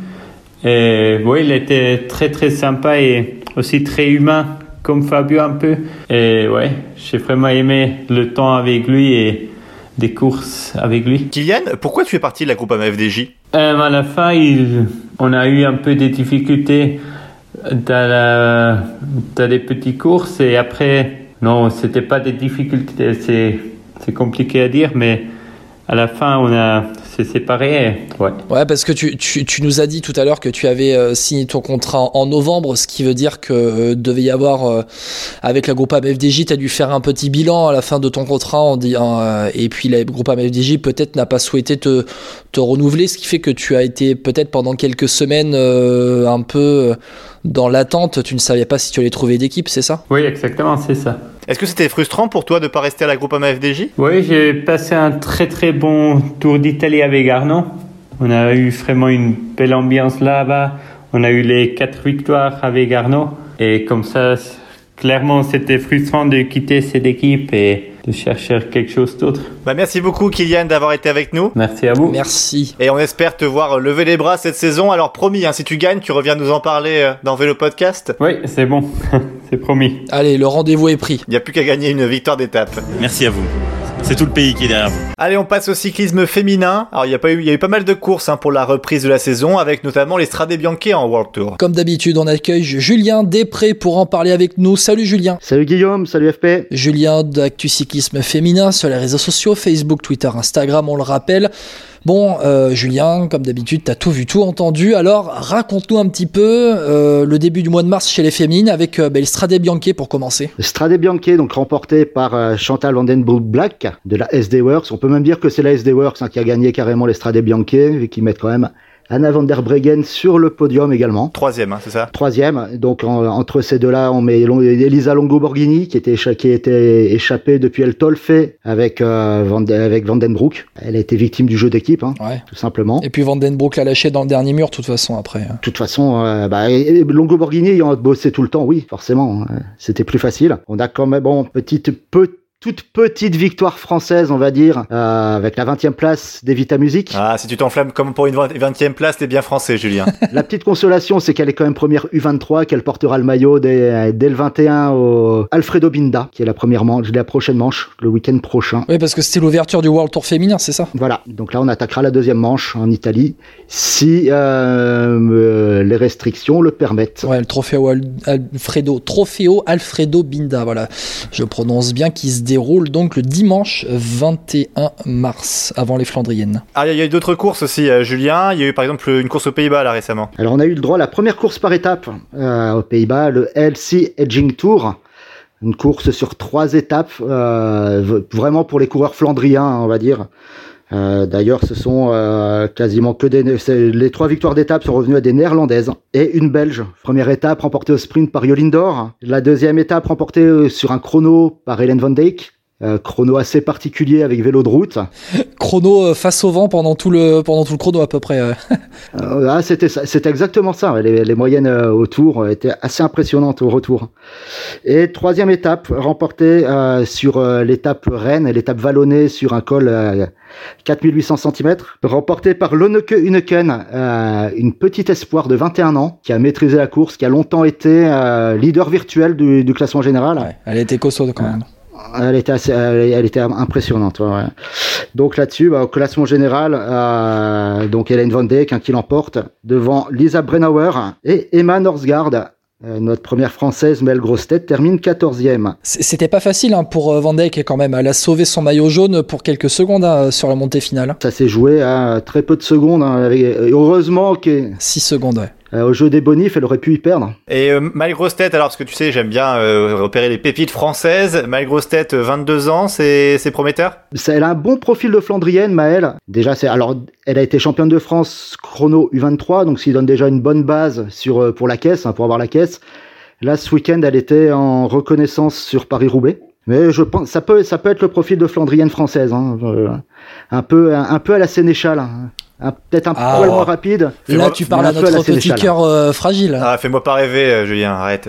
Et oui, il était très très sympa et aussi très humain, comme Fabio un peu. Et ouais, j'ai vraiment aimé le temps avec lui et des courses avec lui. Kylian, pourquoi tu es parti de la Groupama FDJ? À la fin, on a eu un peu des difficultés dans les petites courses et après, non, c'était pas des difficultés, c'est compliqué à dire, mais à la fin, s'est séparé. Ouais, parce que tu nous as dit tout à l'heure que tu avais signé ton contrat en novembre, ce qui veut dire que devait y avoir avec la Groupama FDJ, tu as dû faire un petit bilan à la fin de ton contrat et puis la Groupama FDJ peut-être n'a pas souhaité te renouveler, ce qui fait que tu as été peut-être pendant quelques semaines un peu dans l'attente, tu ne savais pas si tu allais trouver d'équipe, c'est ça ? Oui, exactement, c'est ça. Est-ce que c'était frustrant pour toi de ne pas rester à la Groupama FDJ ? Oui, j'ai passé un très très bon tour d'Italie avec Arnaud. On a eu vraiment une belle ambiance là-bas. On a eu les 4 victoires avec Arnaud. Et comme ça, clairement, c'était frustrant de quitter cette équipe et de chercher quelque chose d'autre. Merci beaucoup Kylian d'avoir été avec nous. Merci à vous. Merci. Et on espère te voir lever les bras cette saison. Alors promis, si tu gagnes, tu reviens nous en parler dans Vélo Podcast. Oui, c'est bon. C'est promis. Allez, le rendez-vous est pris. Il n'y a plus qu'à gagner une victoire d'étape. Merci à vous. C'est tout le pays qui est derrière vous. Allez, on passe au cyclisme féminin. Alors, il y a eu pas mal de courses pour la reprise de la saison, avec notamment les Strade Bianche en World Tour. Comme d'habitude, on accueille Julien Després pour en parler avec nous. Salut Julien. Salut Guillaume, salut FP. Julien d'Actu Cyclisme Féminin sur les réseaux sociaux, Facebook, Twitter, Instagram, on le rappelle. Bon, Julien, comme d'habitude, t'as tout vu, tout entendu. Alors, raconte-nous un petit peu le début du mois de mars chez les féminines avec le Strade Bianche pour commencer. Le Strade Bianche, donc remporté par Chantal van den Broek-Black de la SD Works. On peut même dire que c'est la SD Works qui a gagné carrément les Strade Bianche et qui mettent quand même Anna van der Breggen sur le podium également. Troisième, c'est ça ? Troisième. Donc entre ces deux-là, on met Elisa Longo-Borghini qui était échappée depuis El Tolfe avec Van den Broek. Elle a été victime du jeu d'équipe, tout simplement. Et puis Van den Broek l'a lâché dans le dernier mur, de toute façon, après. De toute façon, Longo-Borghini ayant bossé tout le temps, oui, forcément, c'était plus facile. On a quand même, toute petite victoire française, on va dire, avec la 20e place d'Evita Music. Ah, si tu t'enflammes comme pour une 20e place, t'es bien français, Julien. La petite consolation, c'est qu'elle est quand même première U23, qu'elle portera le maillot dès le 21 au Alfredo Binda, qui est la prochaine manche, le week-end prochain. Oui, parce que c'était l'ouverture du World Tour féminin, c'est ça ? Voilà. Donc là, on attaquera la deuxième manche en Italie, si les restrictions le permettent. Ouais, le Trofeo Alfredo Binda, voilà. Je prononce bien, qui se déroule donc le dimanche 21 mars, avant les Flandriennes. Ah, il y a eu d'autres courses aussi, Julien. Il y a eu par exemple une course aux Pays-Bas là récemment. Alors on a eu le droit à la première course par étape aux Pays-Bas, le LC Edging Tour. Une course sur 3 étapes, vraiment pour les coureurs flandriens, on va dire. D'ailleurs, ce sont quasiment que les 3 victoires d'étape sont revenues à des Néerlandaises et une Belge. Première étape remportée au sprint par Jolindor. La deuxième étape remportée sur un chrono par Helen van Dijk. Chrono assez particulier avec vélo de route. Chrono face au vent pendant tout le chrono à peu près. C'était exactement ça. Les moyennes au tour étaient assez impressionnantes au retour. Et troisième étape remportée sur l'étape Rennes, l'étape vallonnée sur un col 4800 cm, remportée par Lonneke Uneken, une petite espoir de 21 ans qui a maîtrisé la course, qui a longtemps été leader virtuel du classement général. Ouais, elle était costaud quand même. Elle était impressionnante. Ouais. Donc là-dessus, au classement général, donc Helen van Dijk qui l'emporte devant Lisa Brennauer et Emma Norsgaard. Notre première française, Mel Grosstedt, termine 14e. C'était pas facile pour Van Dijk quand même. Elle a sauvé son maillot jaune pour quelques secondes sur la montée finale. Ça s'est joué à très peu de secondes. Heureusement que 6 secondes, ouais. Au jeu des bonifs, elle aurait pu y perdre. Et Maëlle Grosstedt, alors parce que tu sais, j'aime bien repérer les pépites françaises. Maëlle Grosstedt, 22 ans, c'est prometteur. Elle a un bon profil de flandrienne, Maëlle. Déjà, elle a été championne de France chrono U23, donc ce qui donne déjà une bonne base pour la caisse, pour avoir la caisse. Là, ce week-end, elle était en reconnaissance sur Paris-Roubaix. Mais je pense ça peut être le profil de flandrienne française, un peu à la Sénéchal. Peut-être un poil moins rapide. Là, tu parles à notre petit cœur fragile. Ah, fais-moi pas rêver, Julien, arrête.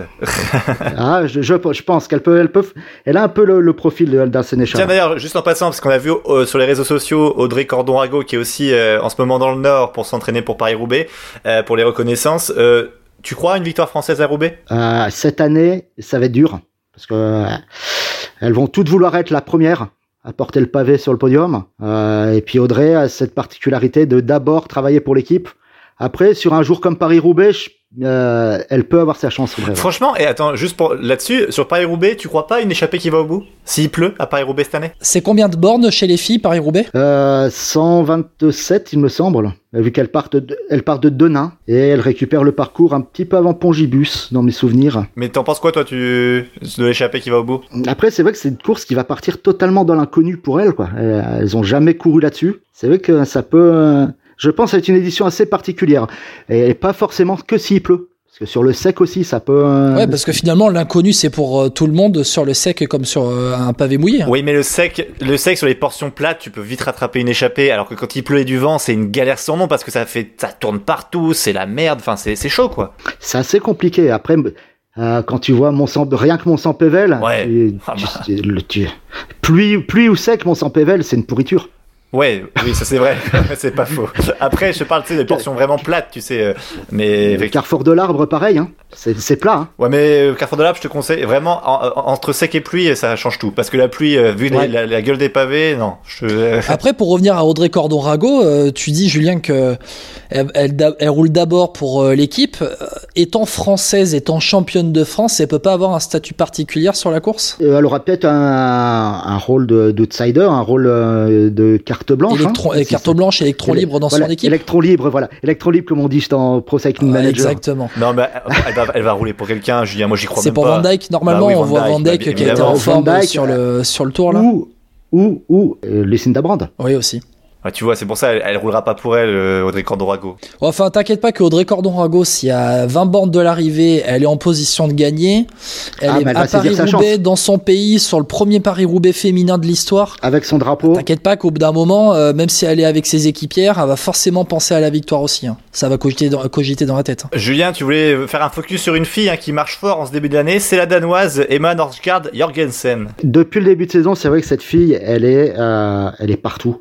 Je pense elle a un peu le profil d'un Sénéchal. Tiens, d'ailleurs, juste en passant, parce qu'on a vu sur les réseaux sociaux Audrey Cordon-Rago, qui est aussi en ce moment dans le Nord pour s'entraîner pour Paris-Roubaix, pour les reconnaissances. Tu crois à une victoire française à Roubaix ? Cette année, ça va être dur, parce que elles vont toutes vouloir être la première à porter le pavé sur le podium. Et puis Audrey a cette particularité de d'abord travailler pour l'équipe. Après, sur un jour comme Paris-Roubaix, elle peut avoir sa chance. Vraiment. Franchement, et attends, juste pour là-dessus, sur Paris-Roubaix, tu crois pas une échappée qui va au bout s'il pleut à Paris-Roubaix cette année? C'est combien de bornes chez les filles Paris-Roubaix? 127, il me semble. Vu qu'elle part de Denain et elle récupère le parcours un petit peu avant Pongibus, dans mes souvenirs. Mais t'en penses quoi, toi, de l'échappée qui va au bout? Après, c'est vrai que c'est une course qui va partir totalement dans l'inconnu pour elles, quoi. Elles ont jamais couru là-dessus. C'est vrai que ça peut, je pense, être une édition assez particulière. Et pas forcément que s'il pleut. Parce que sur le sec aussi, ça peut... Ouais, parce que finalement, l'inconnu, c'est pour tout le monde, sur le sec comme sur un pavé mouillé. Oui, mais le sec, sur les portions plates, tu peux vite rattraper une échappée, alors que quand il pleut et du vent, c'est une galère sans nom, parce que ça tourne partout, c'est la merde, enfin, c'est chaud, quoi. C'est assez compliqué. Après, quand tu vois rien que Mont-Saint-Pével, ouais. Pluie ou sec, Mont-Saint-Pével, c'est une pourriture. Ouais, oui, ça c'est vrai, c'est pas faux. Après, je parle, tu sais, des portions vraiment plates, tu sais, mais... Le Carrefour de l'Arbre, pareil, hein. C'est plat, hein. Ouais, mais Carrefour de l'Arbre, je te conseille, vraiment, entre sec et pluie, ça change tout. Parce que la pluie, vu la gueule des pavés, non. Après, pour revenir à Audrey Cordon-Rago, tu dis, Julien, que elle roule d'abord pour l'équipe. Étant française, étant championne de France, elle peut pas avoir un statut particulier sur la course? Elle aura peut-être un rôle d'outsider, un rôle de carte blanche. Carte blanche, électron libre dans son équipe. Électron libre, voilà. Électron libre, comme on dit dans Pro Cycling Manager. Exactement. Non, mais elle va rouler pour quelqu'un, Julien, moi j'y crois même pas. C'est pour Van Dijk, normalement, on voit Van Dijk qui a été en forme sur le tour, là. Ou Lucinda Brand. Oui, aussi. Ouais, tu vois, c'est pour ça, elle roulera pas pour elle, Audrey Cordon-Rago. Enfin, t'inquiète pas que Audrey Cordon-Rago, s'il y a 20 bornes de l'arrivée, elle est en position de gagner. Elle est à Paris-Roubaix, dans son pays, sur le premier Paris-Roubaix féminin de l'histoire. Avec son drapeau. T'inquiète pas qu'au bout d'un moment, même si elle est avec ses équipières, elle va forcément penser à la victoire aussi. Hein. Ça va cogiter dans la tête. Hein. Julien, tu voulais faire un focus sur une fille qui marche fort en ce début d'année, c'est la Danoise Emma Norsgaard Jorgensen. Depuis le début de saison, c'est vrai que cette fille, elle est partout.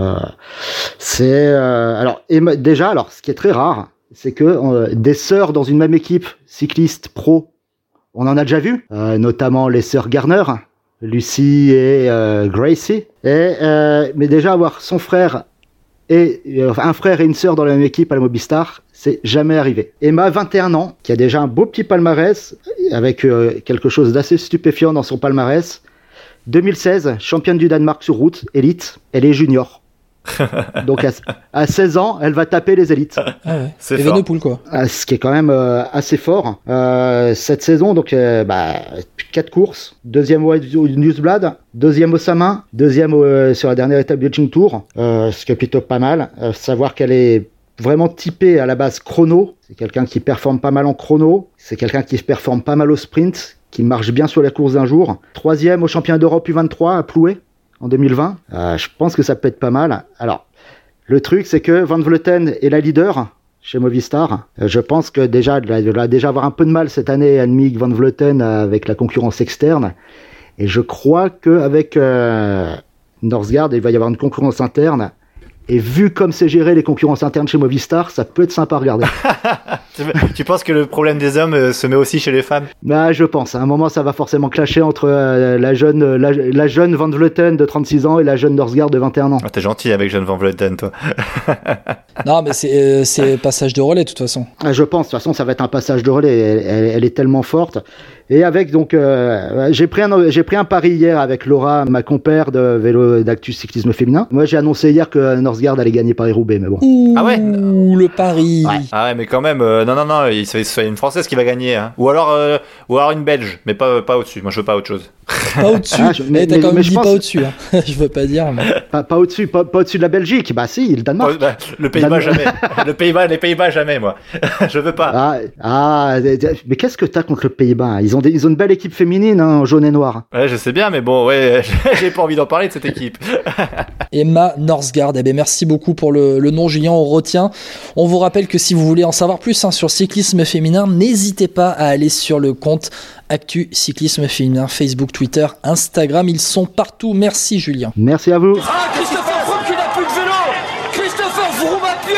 Alors ce qui est très rare, c'est que des sœurs dans une même équipe cycliste pro, on en a déjà vu, notamment les sœurs Garner, Lucy et Gracie. Mais déjà avoir son frère et un frère et une sœur dans la même équipe à la Mobistar, c'est jamais arrivé. Emma, 21 ans, qui a déjà un beau petit palmarès avec quelque chose d'assez stupéfiant dans son palmarès. 2016, championne du Danemark sur route, élite, elle est junior. Donc à 16 ans, elle va taper les élites. Ah ouais. C'est fort. Evenepoel, quoi. Ce qui est quand même assez fort. Cette saison, donc 4 courses. Deuxième au Newsblad, deuxième au Samin, deuxième sur la dernière étape du Jing Tour. Ce qui est plutôt pas mal. Savoir qu'elle est vraiment typée à la base chrono. C'est quelqu'un qui performe pas mal en chrono. C'est quelqu'un qui performe pas mal au sprint, qui marche bien sur la course d'un jour. 3e au championnat d'Europe U23 à Plouay en 2020. Je pense que ça peut être pas mal. Alors, le truc, c'est que Van Vleuten est la leader chez Movistar. Je pense que déjà, elle va déjà avoir un peu de mal cette année, Annemiek van Vleuten, avec la concurrence externe. Et je crois qu'avec Norsgaard, il va y avoir une concurrence interne. Et vu comme c'est géré les concurrences internes chez Movistar, ça peut être sympa à regarder. Tu penses que le problème des hommes se met aussi chez les femmes? Bah, je pense. À un moment, ça va forcément clasher entre la jeune Van Vleuten de 36 ans et la jeune Norsgaard de 21 ans. Ah, t'es gentil avec jeune Van Vleuten, toi. Non, mais c'est passage de relais, de toute façon. Je pense. De toute façon, ça va être un passage de relais. Elle est tellement forte. Et avec donc, j'ai pris un pari hier avec Laura, ma compère de vélo d'Actus Cyclisme Féminin. Moi, j'ai annoncé hier que Norsgaard allait gagner Paris-Roubaix, mais bon. Ah ouais. Le pari. Ouais. Ah ouais, mais quand même, non, c'est une Française qui va gagner, hein. Ou alors une Belge, mais pas au-dessus. Moi, je veux pas autre chose. Pas au-dessus. Mais t'as quand même dit pas au-dessus. Hein. Je veux pas dire. Mais... Pas au-dessus, pas au-dessus de la Belgique. Bah si, le Danemark. Le Pays-Bas jamais. Les Pays-Bas jamais, moi. Je veux pas. Mais qu'est-ce que t'as contre le Pays-Bas? Ils ont une belle équipe féminine, hein, en jaune et noir. Ouais, je sais bien, mais bon, ouais, j'ai pas envie d'en parler de cette équipe. Emma Norsgaard. Eh bien, merci beaucoup pour le nom, Julien. On retient. On vous rappelle que si vous voulez en savoir plus sur cyclisme féminin, n'hésitez pas à aller sur le compte Actu Cyclisme Féminin, Facebook, Twitter, Instagram. Ils sont partout. Merci, Julien. Merci à vous. Ah, Christopher Froome qui n'a plus de vélo. Christopher Froome à pied.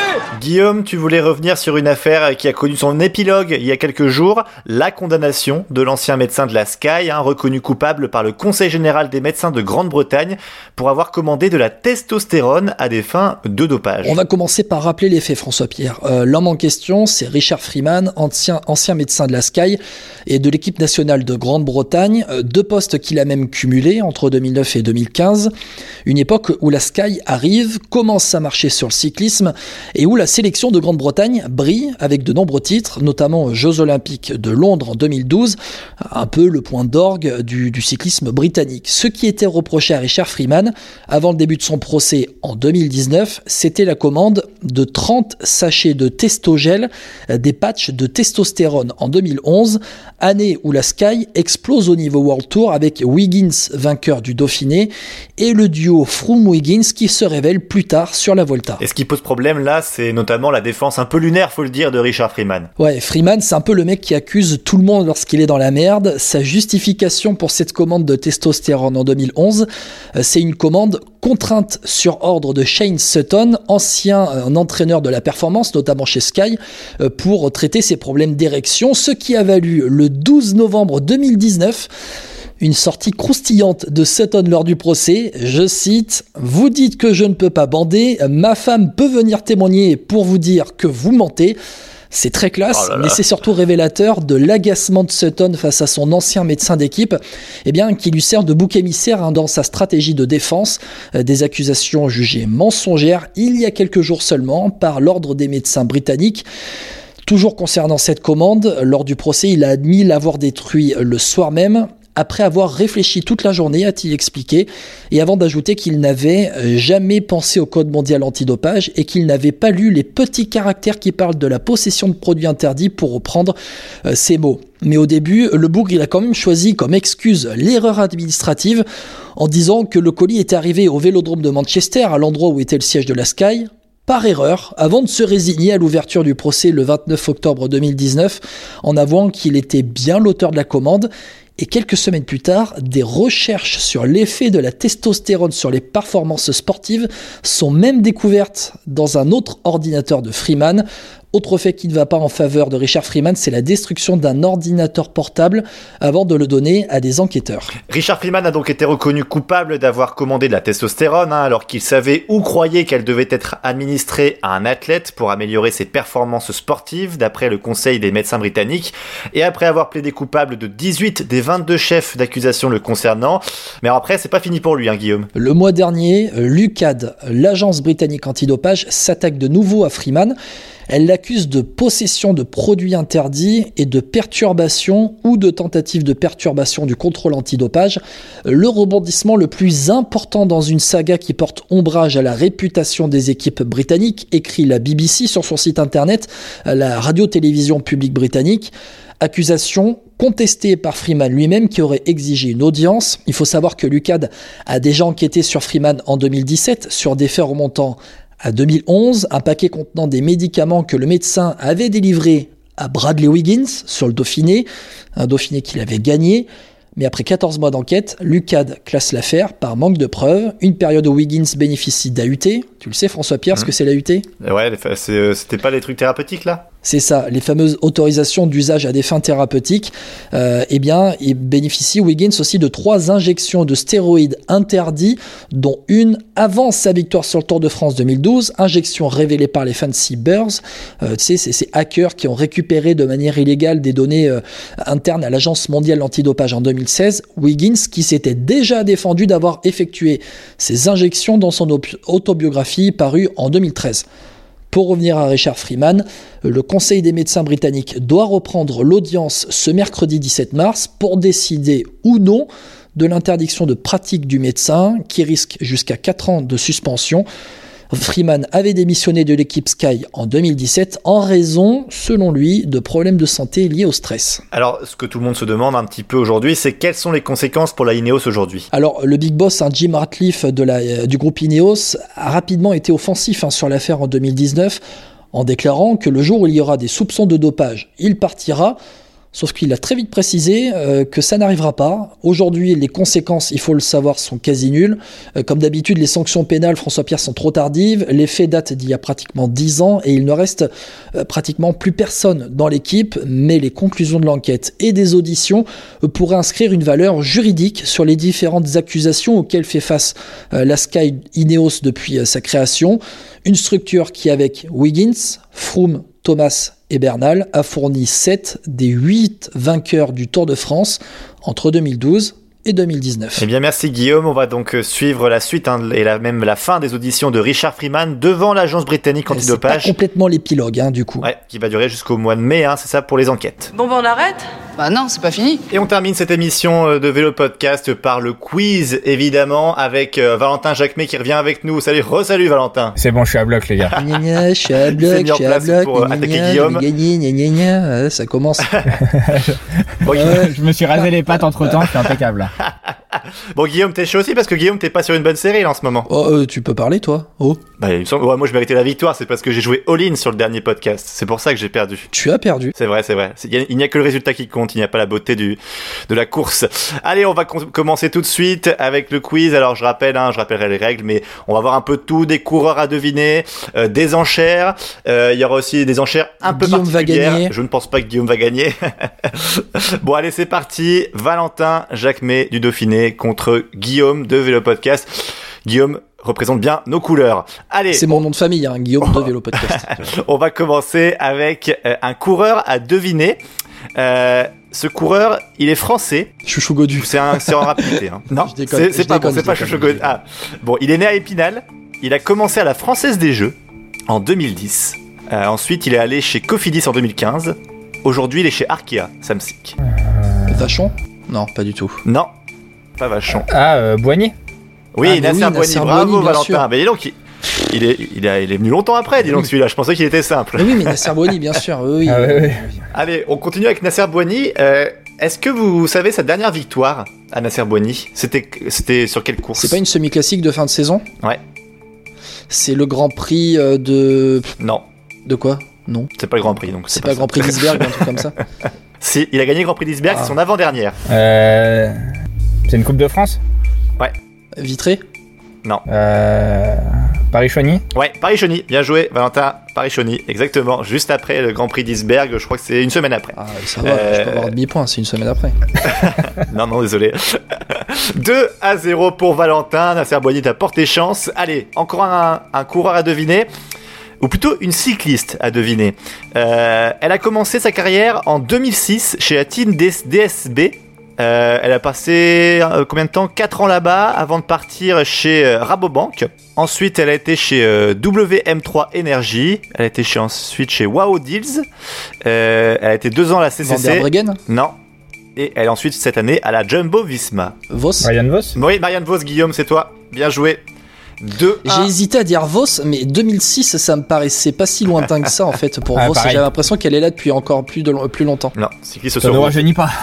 Guillaume, tu voulais revenir sur une affaire qui a connu son épilogue il y a quelques jours, la condamnation de l'ancien médecin de la Sky, reconnu coupable par le Conseil général des médecins de Grande-Bretagne pour avoir commandé de la testostérone à des fins de dopage. On va commencer par rappeler les faits, François-Pierre. L'homme en question, c'est Richard Freeman, ancien médecin de la Sky et de l'équipe nationale de Grande-Bretagne, 2 postes qu'il a même cumulés entre 2009 et 2015, une époque où la Sky arrive, commence à marcher sur le cyclisme et où la sélection de Grande-Bretagne brille avec de nombreux titres, notamment aux Jeux Olympiques de Londres en 2012, un peu le point d'orgue du cyclisme britannique. Ce qui était reproché à Richard Freeman avant le début de son procès en 2019, c'était la commande de 30 sachets de testogel, des patchs de testostérone en 2011, année où la Sky explose au niveau World Tour avec Wiggins vainqueur du Dauphiné et le duo Froome-Wiggins qui se révèle plus tard sur la Volta. Et ce qui pose problème là, c'est notamment la défense un peu lunaire, faut le dire, de Richard Freeman. Ouais, Freeman, c'est un peu le mec qui accuse tout le monde lorsqu'il est dans la merde. Sa justification pour cette commande de testostérone en 2011, c'est une commande contrainte sur ordre de Shane Sutton, ancien entraîneur de la performance, notamment chez Sky, pour traiter ses problèmes d'érection, ce qui a valu le 12 novembre 2019 une sortie croustillante de Sutton lors du procès. Je cite « Vous dites que je ne peux pas bander, ma femme peut venir témoigner pour vous dire que vous mentez ». C'est très classe, mais c'est surtout révélateur de l'agacement de Sutton face à son ancien médecin d'équipe, qui lui sert de bouc émissaire dans sa stratégie de défense des accusations jugées mensongères il y a quelques jours seulement par l'ordre des médecins britanniques. Toujours concernant cette commande, lors du procès, il a admis l'avoir détruit le soir même, après avoir réfléchi toute la journée, a-t-il expliqué, et avant d'ajouter qu'il n'avait jamais pensé au Code mondial antidopage et qu'il n'avait pas lu les petits caractères qui parlent de la possession de produits interdits, pour reprendre ces mots. Mais au début, le bougre, il a quand même choisi comme excuse l'erreur administrative en disant que le colis était arrivé au Vélodrome de Manchester, à l'endroit où était le siège de la Sky, par erreur, avant de se résigner à l'ouverture du procès le 29 octobre 2019, en avouant qu'il était bien l'auteur de la commande. Et quelques semaines plus tard, des recherches sur l'effet de la testostérone sur les performances sportives sont même découvertes dans un autre ordinateur de Freeman. Autre fait qui ne va pas en faveur de Richard Freeman, c'est la destruction d'un ordinateur portable avant de le donner à des enquêteurs. Richard Freeman a donc été reconnu coupable d'avoir commandé de la testostérone, alors qu'il savait ou croyait qu'elle devait être administrée à un athlète pour améliorer ses performances sportives, d'après le Conseil des médecins britanniques, et après avoir plaidé coupable de 18 des 22 chefs d'accusation le concernant. Mais après, c'est pas fini pour lui, Guillaume. Le mois dernier, l'UKAD, l'agence britannique antidopage, s'attaque de nouveau à Freeman. Elle l'accuse de possession de produits interdits et de perturbation ou de tentative de perturbation du contrôle antidopage. Le rebondissement le plus important dans une saga qui porte ombrage à la réputation des équipes britanniques, écrit la BBC sur son site internet, la radio-télévision publique britannique. Accusation contestée par Freeman lui-même qui aurait exigé une audience. Il faut savoir que l'UKAD a déjà enquêté sur Freeman en 2017 sur des faits remontant à 2011, un paquet contenant des médicaments que le médecin avait délivrés à Bradley Wiggins sur le Dauphiné, un Dauphiné qu'il avait gagné. Mais après 14 mois d'enquête, l'UKAD classe l'affaire par manque de preuves, une période où Wiggins bénéficie d'AUT. Tu le sais, François-Pierre, ce que c'est l'AUT ? Ouais, c'était pas les trucs thérapeutiques là ? C'est ça, les fameuses autorisations d'usage à des fins thérapeutiques. Il bénéficie, Wiggins, aussi de 3 injections de stéroïdes interdits, dont une avant sa victoire sur le Tour de France 2012, injection révélée par les Fancy Bears. C'est ces hackers qui ont récupéré de manière illégale des données internes à l'Agence mondiale antidopage en 2016. Wiggins, qui s'était déjà défendu d'avoir effectué ces injections dans son autobiographie parue en 2013. Pour revenir à Richard Freeman, le Conseil des médecins britanniques doit reprendre l'audience ce mercredi 17 mars pour décider ou non de l'interdiction de pratique du médecin qui risque jusqu'à 4 ans de suspension. Freeman avait démissionné de l'équipe Sky en 2017 en raison, selon lui, de problèmes de santé liés au stress. Alors, ce que tout le monde se demande un petit peu aujourd'hui, c'est quelles sont les conséquences pour la Ineos aujourd'hui ? Alors, le big boss, Jim Ratcliffe du groupe Ineos, a rapidement été offensif sur l'affaire en 2019 en déclarant que le jour où il y aura des soupçons de dopage, il partira. Sauf qu'il a très vite précisé que ça n'arrivera pas. Aujourd'hui, les conséquences, il faut le savoir, sont quasi nulles. Comme d'habitude, les sanctions pénales, François Pierre, sont trop tardives. Les faits datent d'il y a pratiquement 10 ans et il ne reste pratiquement plus personne dans l'équipe. Mais les conclusions de l'enquête et des auditions pourraient inscrire une valeur juridique sur les différentes accusations auxquelles fait face la Sky Ineos depuis sa création. Une structure qui, avec Wiggins, Froome, Thomas et Bernal, a fourni 7 des 8 vainqueurs du Tour de France entre 2012 et 2019. Eh bien, merci Guillaume. On va donc suivre la suite et même la fin des auditions de Richard Freeman devant l'agence britannique antidopage. C'est pas complètement l'épilogue, du coup. Ouais, qui va durer jusqu'au mois de mai, c'est ça pour les enquêtes. Bon, on arrête ? Bah non, c'est pas fini. Et on termine cette émission de Vélo Podcast par le quiz, évidemment, avec Valentin Jacquemet qui revient avec nous. Salut, re-salut Valentin. C'est bon, je suis à bloc, les gars. Je suis à bloc, pour attaquer Guillaume. Ça commence. Bon, je me suis rasé les pattes entre-temps, je suis impeccable. Bon, Guillaume, t'es chaud aussi parce que Guillaume, t'es pas sur une bonne série là, en ce moment. Tu peux parler, toi. Bah, il me semble... moi, je méritais la victoire. C'est parce que j'ai joué all-in sur le dernier podcast. C'est pour ça que j'ai perdu. Tu as perdu. C'est vrai. Il n'y a que le résultat qui compte. Il n'y a pas la beauté de la course. Allez, on va commencer tout de suite avec le quiz. Alors, je rappellerai les règles, mais on va voir un peu de tout, des coureurs à deviner, des enchères. Il y aura aussi des enchères un peu Guillaume particulières. Va gagner. Je ne pense pas que Guillaume va gagner. Bon, allez, c'est parti. Valentin Jacquemet du Dauphiné contre Guillaume de Vélo Podcast. Guillaume représente bien nos couleurs. Allez. C'est mon nom de famille, Guillaume de Vélo Podcast. On va commencer avec un coureur à deviner. Ce coureur, il est français. Chouchou Godu. C'est en rapidité. Non, je déconne, c'est pas bon, c'est pas Chouchou Godu. Bon, il est né à Épinal. Il a commencé à la Française des Jeux en 2010. Ensuite, il est allé chez Cofidis en 2015. Aujourd'hui, il est chez Arkea, Samsic. Vachon ? Non, pas du tout. Non, pas Vachon. Boigny ? Oui, Nasser Boigny. Bravo, Boigny, Valentin. sûr. Mais dis donc, il est venu longtemps après, dis donc, celui-là. Je pensais qu'il était simple. Oui, mais Nasser Boigny, bien sûr. Oui. Oui. Allez, on continue avec Nasser Boigny. Est-ce que vous savez sa dernière victoire à Nasser Boigny ? C'était sur quelle course ? C'est pas une semi-classique de fin de saison ? Ouais. C'est le Grand Prix de... Non. De quoi ? Non. C'est pas le Grand Prix, donc. C'est pas le Grand Prix d'Isberg, un truc comme ça ? Si, il a gagné le Grand Prix d'Isberg, c'est son avant-dernière. C'est une Coupe de France ? Ouais. Vitré ? Non. Paris-Chauny ? Ouais, Paris-Chauny. Bien joué, Valentin. Paris-Chauny, exactement. Juste après le Grand Prix d'Isberg, je crois que c'est une semaine après. Ah, ça va, je peux avoir demi-point, c'est une semaine après. Non, désolé. 2-0 pour Valentin. Nasser Boigny t'a porté chance. Allez, encore un coureur à deviner. Ou plutôt une cycliste à deviner. Elle a commencé sa carrière en 2006 chez la team DSB. Elle a passé combien de temps ? 4 ans là-bas avant de partir chez Rabobank. Ensuite, elle a été chez WM3 Energy. Elle a été ensuite chez Wow Deals. Elle a été 2 ans à la CCC. Van der Breggen ? Non. Et elle est ensuite cette année à la Jumbo Visma. Vos ? Marianne Vos ? Oui, Marianne Vos, Guillaume, c'est toi. Bien joué. 2-1. J'ai hésité à dire Vos, mais 2006, ça me paraissait pas si lointain que ça en fait pour Vos. Pareil. J'avais l'impression qu'elle est là depuis encore plus longtemps. Non, cycliste Ça ne sur rajeunit pas.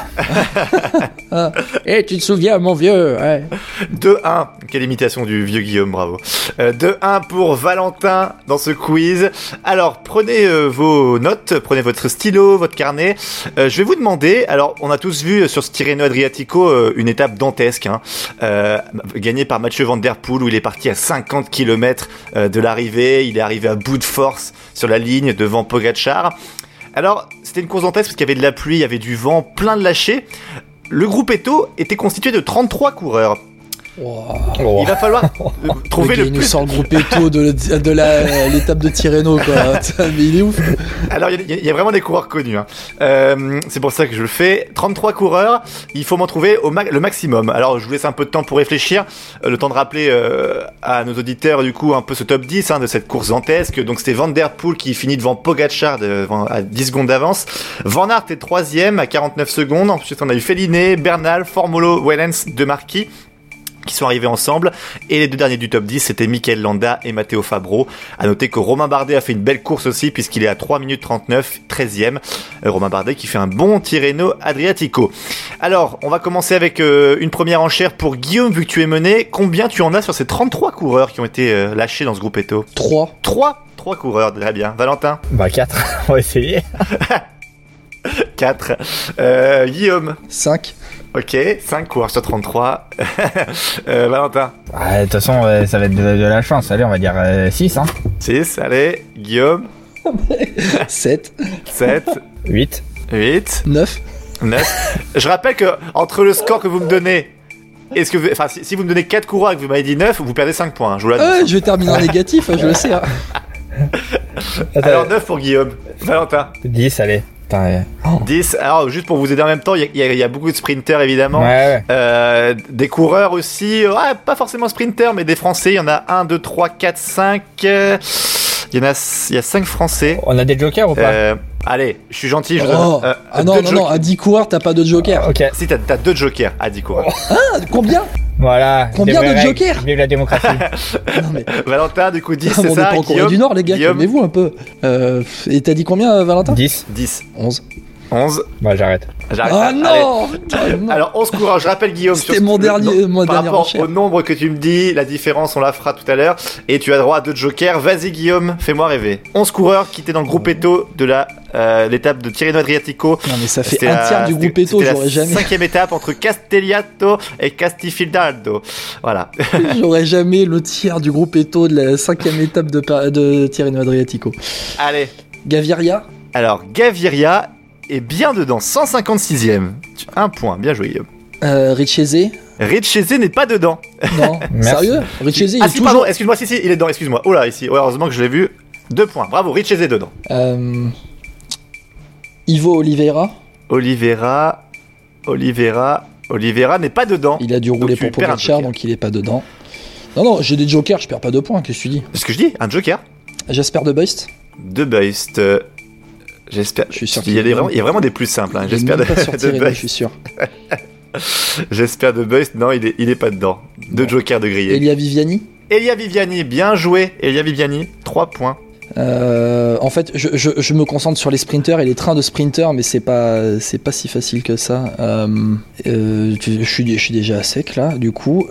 Tu te souviens, mon vieux, ouais. 2-1. Quelle imitation du vieux Guillaume, bravo. 2-1 pour Valentin dans ce quiz. Alors, prenez vos notes, prenez votre stylo, votre carnet. Je vais vous demander, alors on a tous vu sur ce Tirreno Adriatico une étape dantesque, gagnée par Mathieu Van Der Poel où il est parti à 50 km de l'arrivée. Il est arrivé à bout de force sur la ligne devant Pogačar. Alors, c'était une course dantesque parce qu'il y avait de la pluie, il y avait du vent, plein de lâchers. Le groupe Eto était constitué de 33 coureurs. Wow. Il va falloir trouver le il nous plus... sort le groupe Eto de l'étape de Tirreno, quoi. Mais il est ouf. Alors, il y a vraiment des coureurs connus. C'est pour ça que je le fais. 33 coureurs, il faut m'en trouver le maximum. Alors, je vous laisse un peu de temps pour réfléchir. Le temps de rappeler à nos auditeurs, du coup, un peu ce top 10 de cette course dantesque. Donc, c'était Van Der Poel qui finit devant Pogačar à 10 secondes d'avance. Van Aert est 3ème à 49 secondes. Ensuite, on a eu Feliné, Bernal, Formolo, Wellens, De Marquis qui sont arrivés ensemble. Et les 2 derniers du top 10, c'était Mikel Landa et Matteo Fabro. À noter que Romain Bardet a fait une belle course aussi, puisqu'il est à 3 minutes 39, 13ème. Romain Bardet qui fait un bon Tirreno Adriatico. Alors, on va commencer avec une première enchère pour Guillaume, vu que tu es mené. Combien tu en as sur ces 33 coureurs qui ont été lâchés dans ce groupe Eto ? 3 coureurs, très bien. Valentin ? 4, on va essayer. 4. Guillaume. 5. Ok, 5 coureurs sur 33. Valentin. De toute façon, ça va être de la chance. Allez, on va dire 6. Hein. 6, allez. Guillaume. 7. 7. 8. 8. 9. 9. Je rappelle que entre le score que vous me donnez, est-ce que vous, enfin, si vous me donnez 4 coureurs et que vous m'avez dit 9, vous perdez 5 points. Je vous l'annonce. Je vais terminer en négatif, je le sais. Hein. Alors 9 pour Guillaume. Valentin. 10, allez. Putain, 10. Alors juste pour vous aider en même temps, il y a beaucoup de sprinters évidemment. Ouais. Des coureurs aussi, pas forcément sprinters, mais des Français. Il y en a 1, 2, 3, 4, 5. Il y a 5 Français. On a des jokers ou pas Allez, je suis gentil. Je non, à 10 coureurs, t'as pas de joker. Ok. Si, t'as 2 jokers à 10 coureurs. Combien? Voilà. Combien de jokers? Vive la démocratie. Non, mais... Valentin, du coup, 10, on c'est est ça. pas en Corée du Nord, les gars, calmez-vous un peu. Et t'as dit combien, Valentin? 10. 11. 11. Bah, j'arrête. Ah non, non. Alors 11 coureurs, je rappelle Guillaume. C'était mon dernier par rapport enchère. au nombre que tu me dis, la différence on la fera tout à l'heure. Et tu as droit à 2 jokers. Vas-y Guillaume, fais-moi rêver. 11 coureurs qui étaient dans le groupe Eto de l'étape de Tirreno Adriatico. Non mais ça fait un tiers du groupe Eto, j'aurais jamais. 5e étape entre Castelliato et Castifildaldo. Voilà. J'aurais jamais le tiers du groupe Eto de la 5e étape de Tirreno Adriatico. Allez. Gaviria. Alors Gaviria est bien dedans, 156e. 1 point, bien joué Guillaume. Richese. Richese n'est pas dedans. Non, sérieux? Richese, il est toujours... pardon, excuse-moi, si, il est dedans, excuse-moi. Oh là, ici, heureusement que je l'ai vu. 2 points, bravo, Richese est dedans. Ivo Oliveira. Oliveira n'est pas dedans. Il a dû rouler pour Pogacar, donc il est pas dedans. Non, j'ai des jokers, je perds pas 2 points, qu'est-ce que tu dis? C'est ce que je dis, un joker. Jasper De Beust. De Beust. J'espère. Je suis sûr il y a vraiment des plus simples. Hein. J'espère de Beust. Je suis sûr. J'espère de Beust. Non, il est pas dedans. 2 jokers de grillé. Elia Viviani. Elia Viviani, bien joué. Elia Viviani, 3 points. En fait, je me concentre sur les sprinters et les trains de sprinters, mais c'est pas si facile que ça. Je suis déjà à sec là, du coup.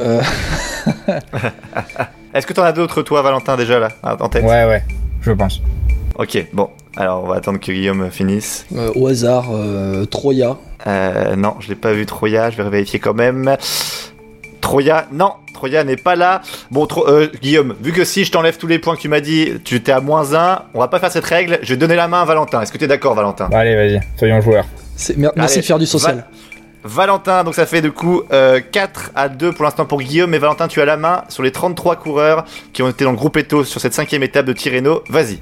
Est-ce que t'en as d'autres, toi, Valentin, déjà là, en tête? Ouais, je pense. Ok, bon. Alors, on va attendre que Guillaume finisse. Au hasard, Troya. Non, je l'ai pas vu, Troya. Je vais vérifier quand même. Troya, non, Troya n'est pas là. Bon, Guillaume, vu que si je t'enlève tous les points que tu m'as dit, tu étais à -1, on va pas faire cette règle. Je vais donner la main à Valentin. Est-ce que tu es d'accord, Valentin? Allez, vas-y, soyons joueurs. Merci de faire du social. Valentin, donc ça fait du coup 4-2 pour l'instant pour Guillaume. Mais Valentin, tu as la main sur les 33 coureurs qui ont été dans le groupe Eto sur cette 5e étape de Tirreno. Vas-y.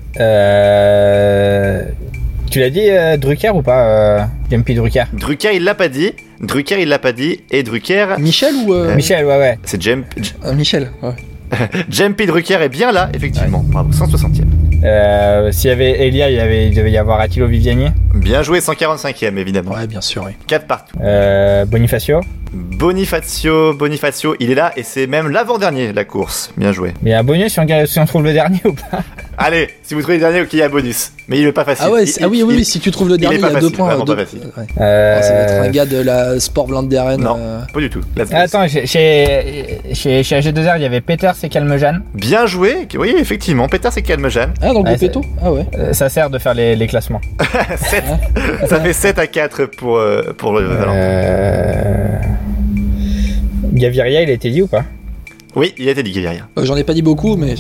Tu l'as dit Drucker ou pas Jumpy Drucker. Drucker, il l'a pas dit. Et Drucker... Michel ou... Michel, ouais. C'est Michel, ouais. Jumpy Drucker est bien là, effectivement. Ouais. Bravo, 160e. S'il y avait Elia, il devait y avoir Attilo Viviani. Bien joué, 145e, évidemment. Ouais, bien sûr, oui. 4 partout. Bonifacio, il est là et c'est même l'avant-dernier de la course. Bien joué. Mais il y a un bonus si on trouve le dernier ou pas? Allez, si vous trouvez le dernier, ok, il y a un bonus. Mais il est pas facile. Ah ouais, oui, si tu trouves le dernier, il y a 2 points. Vraiment pas facile. Ouais. Ça va être un gars de la Sport Vlaanderen. Non, pas du tout. Attends, chez AG2R, il y avait Peters et Calmejane. Bien joué, oui, effectivement, Peters et Calmejane. Ah, dans le groupe Eto. Ah ouais. Ça sert de faire les classements. 7. Ça fait 7-4 pour le Valentin. Gaviria, il a été dit ou pas? Oui, il a été dit Gaviria. J'en ai pas dit beaucoup, mais...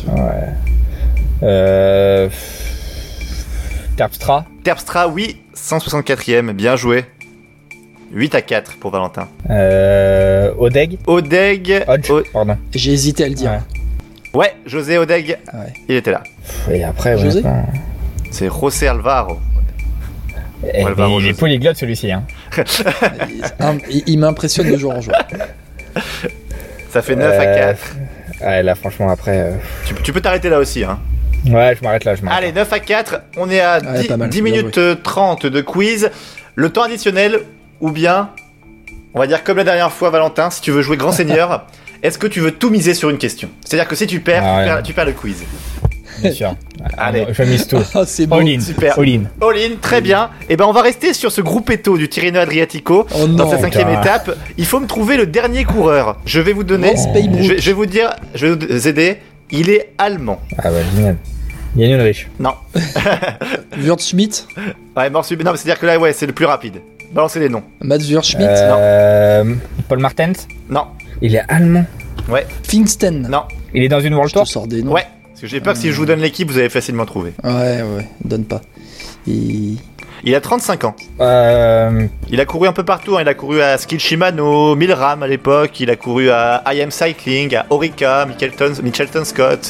Ouais. Terpstra, oui, 164e, bien joué. 8-4 pour Valentin. Odeg, pardon. J'ai hésité à le dire. Ouais, José Odeg, il était là. Et après, José c'est José Alvaro. Il est polyglotte celui-ci. Hein. Il m'impressionne de jour en jour. Ça fait 9-4. Ouais, là, franchement, après. Tu peux t'arrêter là aussi, hein. Ouais, je m'arrête là. Allez, 9-4, on est à 10 minutes 30 de quiz. Le temps additionnel, ou bien, on va dire comme la dernière fois, Valentin, si tu veux jouer grand seigneur, est-ce que tu veux tout miser sur une question? C'est-à-dire que si tu perds, tu perds le quiz. Bien sûr. Allez, je mise tout. C'est bon. All in. Super. All in. All in, très bien. Et ben on va rester sur ce groupe Eto du Tirreno Adriatico dans cette 5e étape. Il faut me trouver le dernier coureur. Je vais vous donner. Je vais vous aider. Il est allemand. Ah bah génial. Yann Ulrich. Non. Wurtschmidt. Ouais, mort subite. Non, mais c'est-à-dire que là, ouais, c'est le plus rapide. Balancez les noms. Mats Wurtschmidt. Paul Martens. Non. Il est allemand. Ouais. Pfingsten. Non. Il est dans une World Je te Tour. sors des noms. Ouais. Parce que j'ai peur que si je vous donne l'équipe, vous allez facilement trouver. Ouais, donne pas. Il a 35 ans. Euh, Il a couru un peu partout. Hein. Il a couru à Skill Shimano, Milram à l'époque. Il a couru à IM Cycling, à Orica, Mitchelton Scott.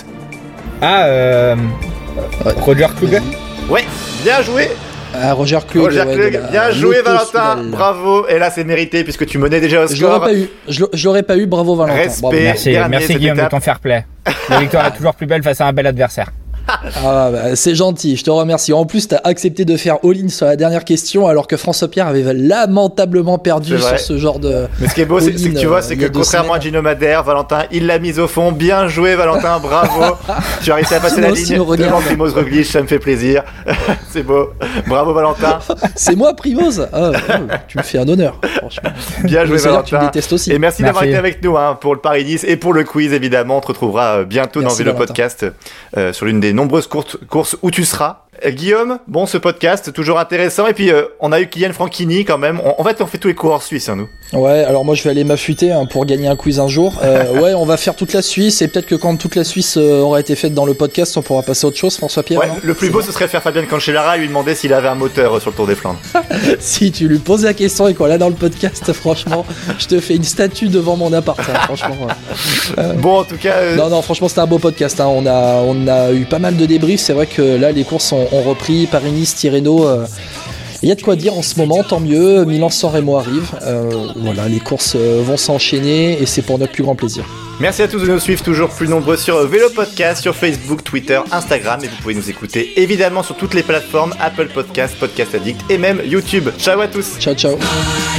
Roger Kluge. Ouais, bien joué. Ah, Roger Kluge. Roger Kluge, bien joué Valentin. Soudal. Bravo. Et là, c'est mérité puisque tu menais déjà au Je l'aurais score. pas eu. Je l'aurais pas eu. Bravo Valentin. Respect. Bravo. Merci, Dernier, merci cette Guillaume de étape. ton fair play. La victoire est toujours plus belle face à un bel adversaire. Ah, bah, c'est gentil, je te remercie. En plus, t'as accepté de faire all-in sur la dernière question alors que François Pierre avait lamentablement perdu C'est vrai. sur ce genre de. Mais ce qui est beau, c'est all-in, que tu vois, c'est il y a que 2 contrairement à semaines. Gino Madère, Valentin, il l'a mise au fond. Bien joué, Valentin, bravo. Tu as réussi à passer la Moi aussi, ligne me regarde. devant Primoz Roglic, ça me fait plaisir. C'est beau. Bravo, Valentin. C'est moi, Primoz. Tu me fais un honneur, franchement. Bien joué, Mais ça a l'air que tu me Valentin. détestes aussi. Et merci d'avoir Merci. été avec nous pour le Paris-Nice et pour le quiz, évidemment. On te retrouvera bientôt Merci, dans Vélo Valentin. Podcast sur l'une des nombreuses courses où tu seras. Guillaume, bon, ce podcast, toujours intéressant. Et puis, on a eu Kylian Franchini quand même. En fait, on fait tous les coureurs suisses, hein, nous. Ouais, alors moi je vais aller m'affûter pour gagner un quiz un jour. Ouais, on va faire toute la Suisse et peut-être que quand toute la Suisse aura été faite dans le podcast, on pourra passer à autre chose, François Pierre. Ouais, non le plus beau, ce serait faire Fabien Cancellara et lui demander s'il avait un moteur sur le Tour des Flandres. Si tu lui poses la question et qu'on l'a dans le podcast, franchement, je te fais une statue devant mon appart. Hein, franchement. Bon, en tout cas, Non, franchement, c'était un beau podcast. Hein. On a eu pas mal de débriefs. C'est vrai que là, les courses ont repris. Paris-Nice, Tirreno. Il y a de quoi dire en ce moment, tant mieux. Milan-San Remo arrive. Voilà, les courses vont s'enchaîner et c'est pour notre plus grand plaisir. merci à tous de nous suivre toujours plus nombreux sur Vélo Podcast, sur Facebook, Twitter, Instagram. Et vous pouvez nous écouter évidemment sur toutes les plateformes Apple Podcast, Podcast Addict et même YouTube. Ciao à tous. Ciao, ciao.